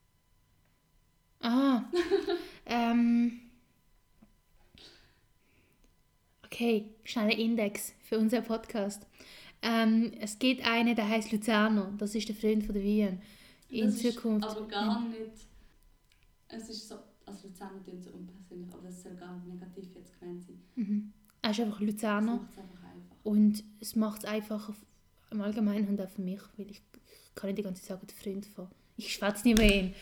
Okay, schneller Index für unseren Podcast. Es gibt einen, der heißt Luzerner. Das ist der Freund von der Vivian. In das Zukunft. Ist aber gar nicht. Es ist so, also Luzerner klingt so unpersönlich, aber das soll gar nicht negativ jetzt gemeint sein. Er ist einfach Luzerner. Das macht es einfach einfach. Und es macht es einfacher im Allgemeinen und auch für mich, weil ich kann nicht die ganze Zeit sagen, der Freund von... Ich schwätze nicht mehr hin.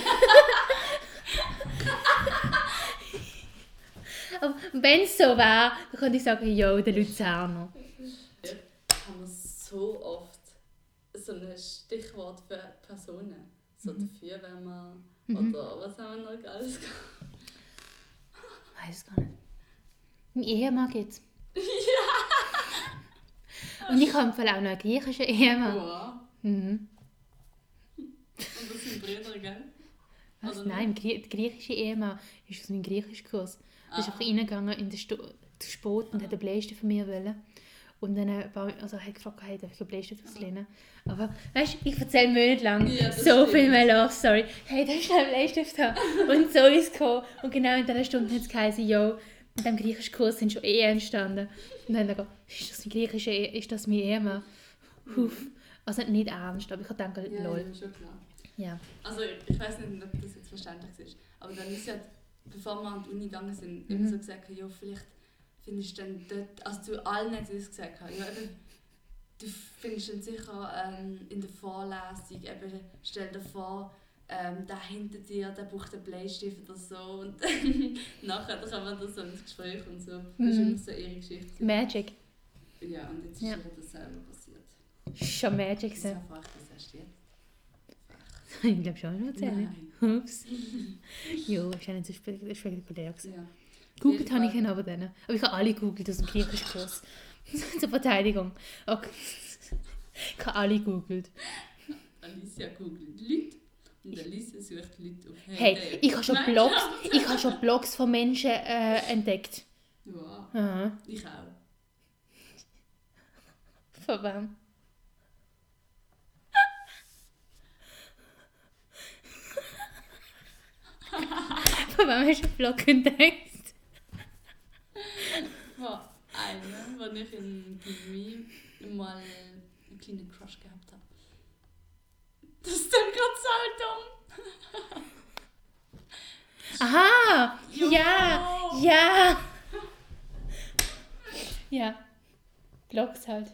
Aber wenn es so wäre, dann könnte ich sagen, ja, der Luzerner. Haben wir so oft so ein Stichwort für Personen. So dafür, wenn man... Oder was haben wir noch alles gehabt? Ich weiß gar nicht. Mein Ehemann gibt's. Ja! Und ich habe im Fall auch noch einen griechischen Ehemann. Wow. Mhm. Und das sind Brüder, gell? Was? Oder Nein, der griechische Ehemann ist aus meinem Griechischkurs. Der ist einfach reingegangen in den zu spät und hat eine Bleistift von mir wollen. Und dann also hat gefragt, hey, darf ich eine Bleistift auslehnen? Aber weißt du, ich erzähle mir nicht lang. Ja, so stimmt. viel mehr Love Story. Hey, darf ich einen Bleistift haben? Und so ist es gekommen. Und genau in dieser Stunde hat es geheißen, yo, in diesem griechischen Kurs sind schon Ehen entstanden. Und dann gesagt, ist das mein Ehemann? Also nicht ernst, aber ich habe gedacht, Ja, lol. ja, schon klar. Ja. Also ich weiß nicht, ob das jetzt verständlich ist, aber dann ist ja, bevor wir an die Uni gegangen sind, immer so gesagt, ja, vielleicht findest du dann dort, also zu allen hat sie das gesagt, ja, eben, du findest dann sicher in der Vorlesung, eben, stell dir vor, der hinter dir, der braucht einen Bleistift oder so und nachher kann man da so ins Gespräch und so. Das ist immer so ihre Geschichte. Magic. Ja, und jetzt ist ihr das selber passiert. Schon Magic Das ist sein. einfach das erst jetzt. Ich glaube schon noch erzählen. Nein. Ups. Jo, ist ja nicht so spektakulär gewesen. Ja. Googelt habe ich ihn aber dann. Aber ich habe alle googelt aus dem griechischen Kurs. Zur Verteidigung. Okay. Ich habe alle googelt. Alicia googelt Leute und Alicia sucht Leute auf Hey, ich habe schon Blogs von Menschen entdeckt. Wow, Aha. ich auch. Von wem? Von wem hast du einen Blog entdeckt? Von einer, wo ich in Chemie mal einen kleinen Crush gehabt habe. Das ist dann gerade so dumm. Aha! Ja! Ja! Ja. Blogs halt.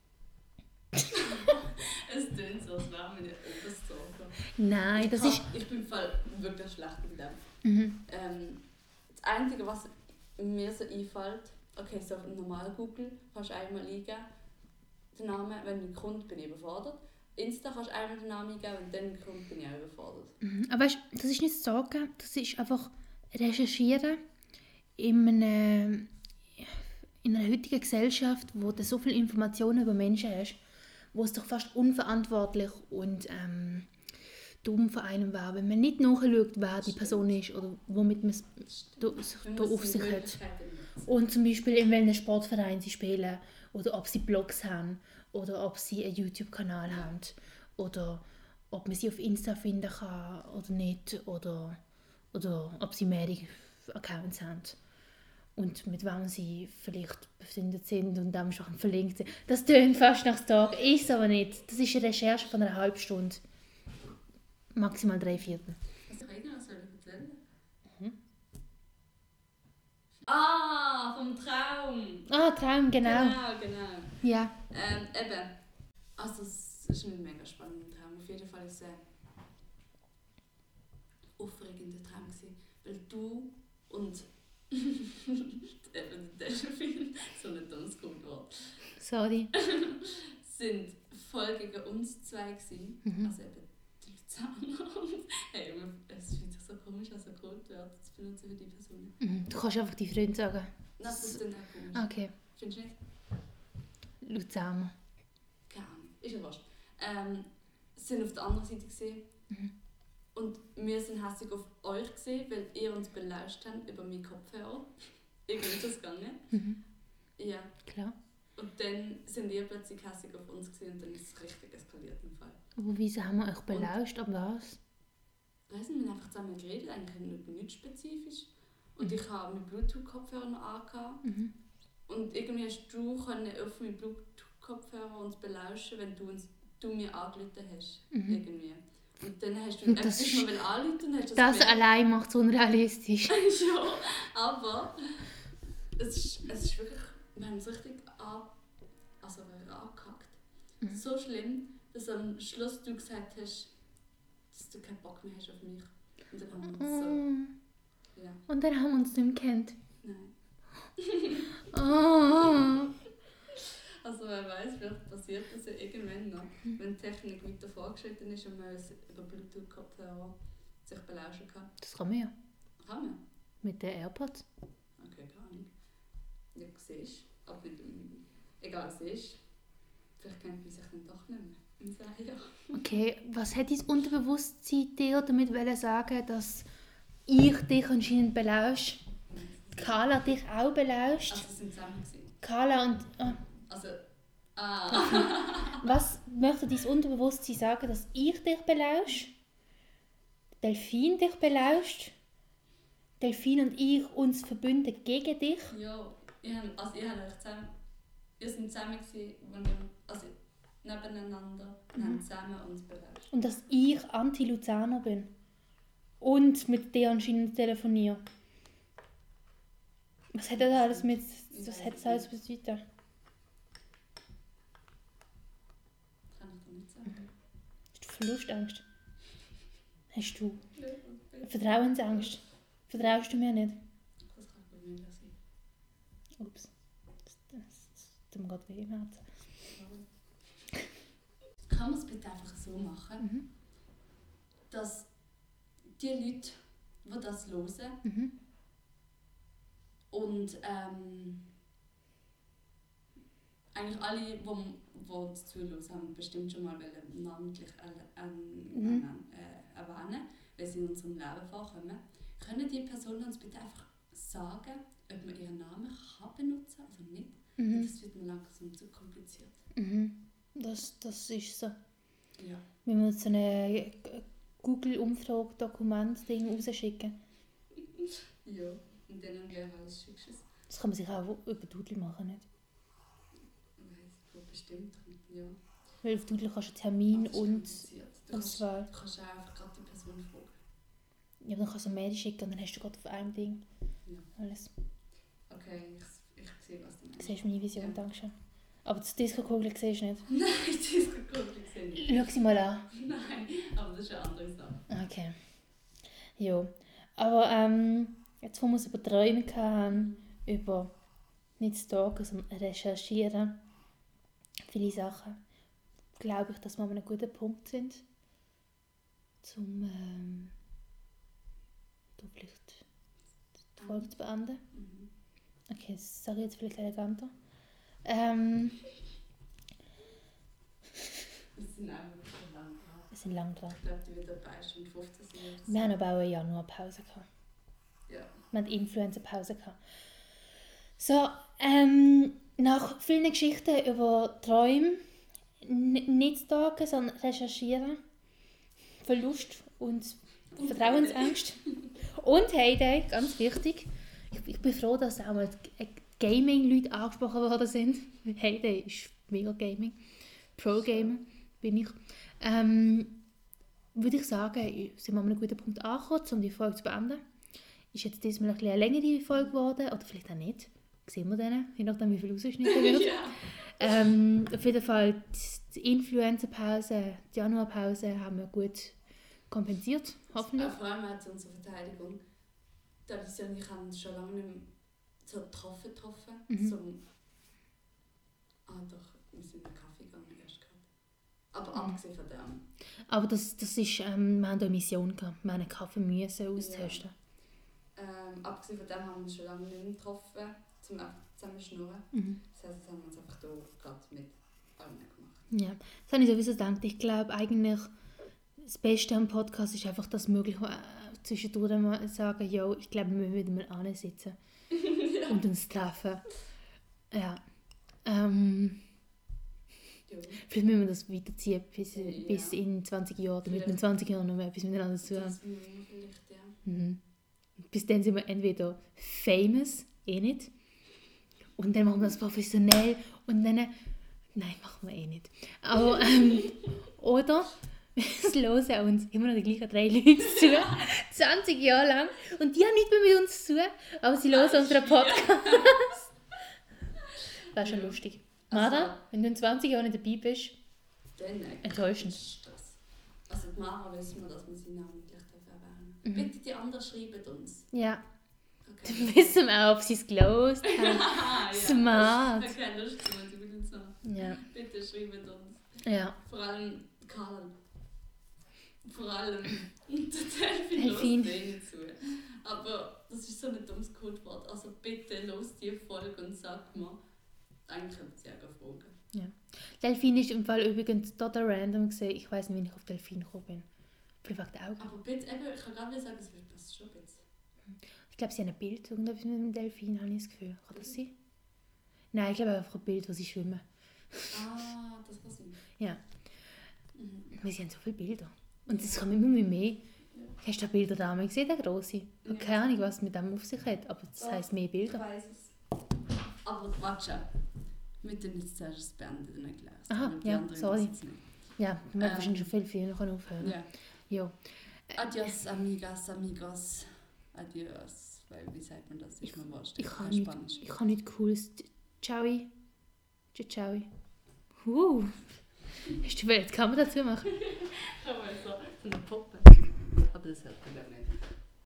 Es tönt so, als wären wir nicht Oberstore. Nein, das ist... Ich bin im Fall wirklich schlecht in dem. Mhm. Das Einzige, was mir so einfällt, okay, so normal Google kannst du einmal eingeben, den Namen, wenn du einen Grund bin ich überfordert. Insta kannst du einmal den Namen eingeben, wenn dann einen Grund bin ich auch überfordert. Mhm. Aber weißt, das ist nicht Sorgen, das ist einfach recherchieren in einer heutigen Gesellschaft, wo du so viele Informationen über Menschen hast, wo es doch fast unverantwortlich und dumm von einem wäre, wenn man nicht nachschaut, wer die Person ist oder womit man es da auf sich hat. Und zum Beispiel in welchem Sportverein sie spielen oder ob sie Blogs haben oder ob sie einen YouTube-Kanal haben oder ob man sie auf Insta finden kann oder nicht oder ob sie mehrere Accounts haben und mit wem sie vielleicht befreundet sind und dem schon verlinkt sind. Das tönt fast nach Tag, ist aber nicht. Das ist eine Recherche von einer halben Stunde. Maximal 3/4. Was soll ich erzählen? Mhm. Ah, vom Traum! Ah, Traum, genau. Genau. Ja. Eben. Also es ist ein mega spannender Traum. Auf jeden Fall war es ein aufregender Traum gewesen, weil du und eben der Delphine, so ein dummes Wort, Sorry. sind voll gegen uns zwei gewesen. Mhm. Also eben die Luzerner. Und hey, es fühlt sich so komisch an, so Codewörter zu benutzen für die Personen. Mhm. Du kannst einfach die Freunde sagen. Nein, das ist dann auch komisch. Okay. Findest du nicht? Luzerner. Keine Ahnung, ist ja wurscht. Sind auf der anderen Seite gesehen. Mhm. Und wir sind hässlich auf euch gesehen, weil ihr uns belauscht habt über meinen Kopfhörer. Irgendwie ist das gegangen. Mhm. Ja. Klar. Und dann sind ihr plötzlich hässlich auf uns gesehen und dann ist es richtig eskaliert im Fall. Aber wieso haben wir euch belauscht? Ab was? Ich weiss nicht, wir haben einfach zusammen geredet, eigentlich nichts spezifisch. Und ich habe meinen Bluetooth-Kopfhörer noch angehabt. Mhm. Und irgendwie hast du auf meinen Bluetooth-Kopfhörer uns belauschen, wenn du mir angerufen hast. Mhm. Irgendwie. Und dann hast du Das etwas ist- mal angerufen und hast das Das gemerkt. allein macht es unrealistisch. Ja, aber es ist wirklich, wir haben es richtig also angehackt. So schlimm, dass am Schluss du gesagt hast, dass du keinen Bock mehr hast auf mich. Und dann haben wir uns so... Ja. Und dann haben wir uns nicht mehr gekannt. Nein. Oh. Also wer weiß, vielleicht passiert das ja irgendwann noch, wenn die Technik weiter vorgeschritten ist und man es über Bluetooth-Kopfhörer sich belauschen kann. Das kann man ja. Kann man? Mit den AirPods. Okay, keine Ahnung. Ja, siehst du. Aber nicht, egal, siehst du. Vielleicht kennt man sich dann doch nicht mehr in 10 Jahren. Okay, was hat dein Unterbewusstsein dir damit sagen, dass ich dich anscheinend belausche? Carla dich auch belauscht? Also, sie sind zusammen gewesen. Carla und... Also, Was möchte dein Unterbewusstsein sagen, dass ich dich belausche? Delfin dich belauscht? Delfin und ich uns verbünden gegen dich? Ja, ihr sind zusammen gewesen, also nebeneinander und haben zusammen uns belauscht. Und dass ich Anti-Luzerner bin. Und mit dir anscheinend telefoniere. Was hat das alles mit... Was hat das alles bedeuten? Kann ich dir nicht sagen. Hast du Verlustangst? Hast du Vertrauensangst? Vertraust du mir nicht? Das kann bei mir sein. Ups. Das tut mir gerade weh im Herzen. Kann man es bitte einfach so machen, dass die Leute, die das hören, und eigentlich alle, die das zuhören, haben bestimmt schon mal namentlich erwähnen, weil sie in unserem Leben vorkommen. Können die Personen uns bitte einfach sagen, ob man ihren Namen kann benutzen oder nicht? Das wird mir langsam zu kompliziert. Das ist so. Ja. Wenn wir so eine Google-Umfrage-Dokument-Ding rausschicken. Ja, und dann wer alles schickst du es? Das kann man sich auch über Doodle machen, nicht? Weiss ich bestimmt, ja. Weil auf Doodle kannst du Termin Aber und das ist kompliziert. Auswahl. Du kannst auch einfach gerade die Person fragen. Ja, aber dann kannst du eine Mail schicken und dann hast du gerade auf einem Ding Ja. alles. Okay, ich sehe, was du meinst. Siehst du meine Vision, Ja. danke schön. Aber das Disco-Kugel siehst du nicht. Nein, das ist gut gesehen. Schau sie mal an. Nein, aber das ist eine andere Sache. Okay. Ja. Aber jetzt, wo wir es über Träume hatten, über nicht stalken, sondern recherchieren, viele Sachen, glaube ich, dass wir an einem guten Punkt sind, um da vielleicht die Folge zu beenden. Okay, das sage ich jetzt vielleicht eleganter. Das sind einfach schon lange dran. Wir sind lang dran. Ich glaube, die wird dabei schon 15 Jahre. Wir haben aber auch eine Januarpause gehabt. Ja. Wir hatten Influencer-Pause gehabt. So, nach vielen Geschichten über Träume, nicht stalken, sondern recherchieren, Verlust und Vertrauensangst und Heyday, ganz wichtig. Ich bin froh, dass auch mal Gaming-Leute angesprochen worden sind. Heyday ist mega Gaming. Pro-Gamer bin ich. Würde ich sagen, sind wir an einem guten Punkt angekommen, um die Folge zu beenden. Ist jetzt diesmal ein bisschen eine längere Folge geworden, oder vielleicht auch nicht. Sehen wir dann, je nachdem wie viel rausgeschnitten wird. Ja. Auf jeden Fall die Influencer-Pause, die Januarpause haben wir gut kompensiert, hoffentlich. Vor allem auch zu unserer Verteidigung. Alicia und ich haben uns schon lange nicht mehr so getroffen. Doch, wir sind in den Kaffee gegangen erst gerade. Aber abgesehen von dem. Aber das ist, wir haben eine Mission gehabt, wir haben einen Kaffee müssen austesten. Abgesehen von dem haben wir uns schon lange nicht mehr getroffen, um einfach zusammen zu schnurren. Das heisst, das haben wir uns einfach hier gerade mit allen gemacht. Ja, das habe ich sowieso gedacht. Ich glaube eigentlich, das Beste am Podcast ist einfach, dass möglich zwischendurch mal sagen, yo, ich glaube, wir müssen wieder mal sitzen und uns treffen. Ja. Vielleicht müssen wir das weiterziehen bis in 20 Jahren, damit wir in 20 Jahren noch etwas miteinander zu haben. Das müssen wir vielleicht, ja. Bis dann sind wir entweder famous, nicht, und dann machen wir das professionell und dann... Nein, machen wir nicht. Aber, oder es hören uns immer noch die gleichen 3 Leute zu, 20 Jahre lang, und die haben nichts mehr mit uns zu tun, aber sie hören unseren Podcast. Das ist schon lustig. Mara, wenn du in 20 Jahren nicht dabei bist, dann enttäuschend. ist das. Also die Mara wissen wir, dass wir sie namentlich erwähnen dürfen. Bitte die anderen schreiben uns. Ja. Okay. Dann wissen wir auch, ob sie es gelost haben. Ja. Smart. Okay, das ist gut, ich will nicht sagen. Ja. Bitte schreibt uns. Ja. Vor allem Karl. Vor allem der Delfin. Delfin zu. Aber das ist so ein dummes Codewort. Also bitte los die Folge und sag mir, eigentlich könnte ich auch fragen. Ja. Delfin ist im Fall übrigens total random gesehen. Ich weiß nicht, wie ich auf Delfin gekommen bin. Vielleicht wegen den Augen. Aber bitte, eben, ich kann gerade sagen, es passt schon ein bisschen. Ich glaube, sie haben ein Bild, irgendetwas mit dem Delfin, habe ich das Gefühl. Kann das sein? Nein, ich glaube einfach ein Bild, wo sie schwimmen. Ah, das kann sein. Ja. Mhm. Weil sie haben so viele Bilder. Und es kommen immer mehr. Ja. Hast du den Bilder da mal gesehen, der grosse? Ich habe keine Ahnung, was mit dem auf sich hat, aber das heisst mehr Ich Bilder. weiß es. Aber warte, wir tun jetzt zuerst das Beenden dann erklären. Aha, Die ja, anderen sorry. wissen es nicht. Ja, wir hätten wahrscheinlich schon viel früher aufhören. Ja. Ja. Adios, amigas, amigos. Adios. Weil, wie sagt man das? Ist mir wurscht. Ich kann Spanisch. nicht cooles Ciao. Ciao. Hast du die Kamera dazu machen? Aber so eine Puppe. Aber das hört man gar nicht.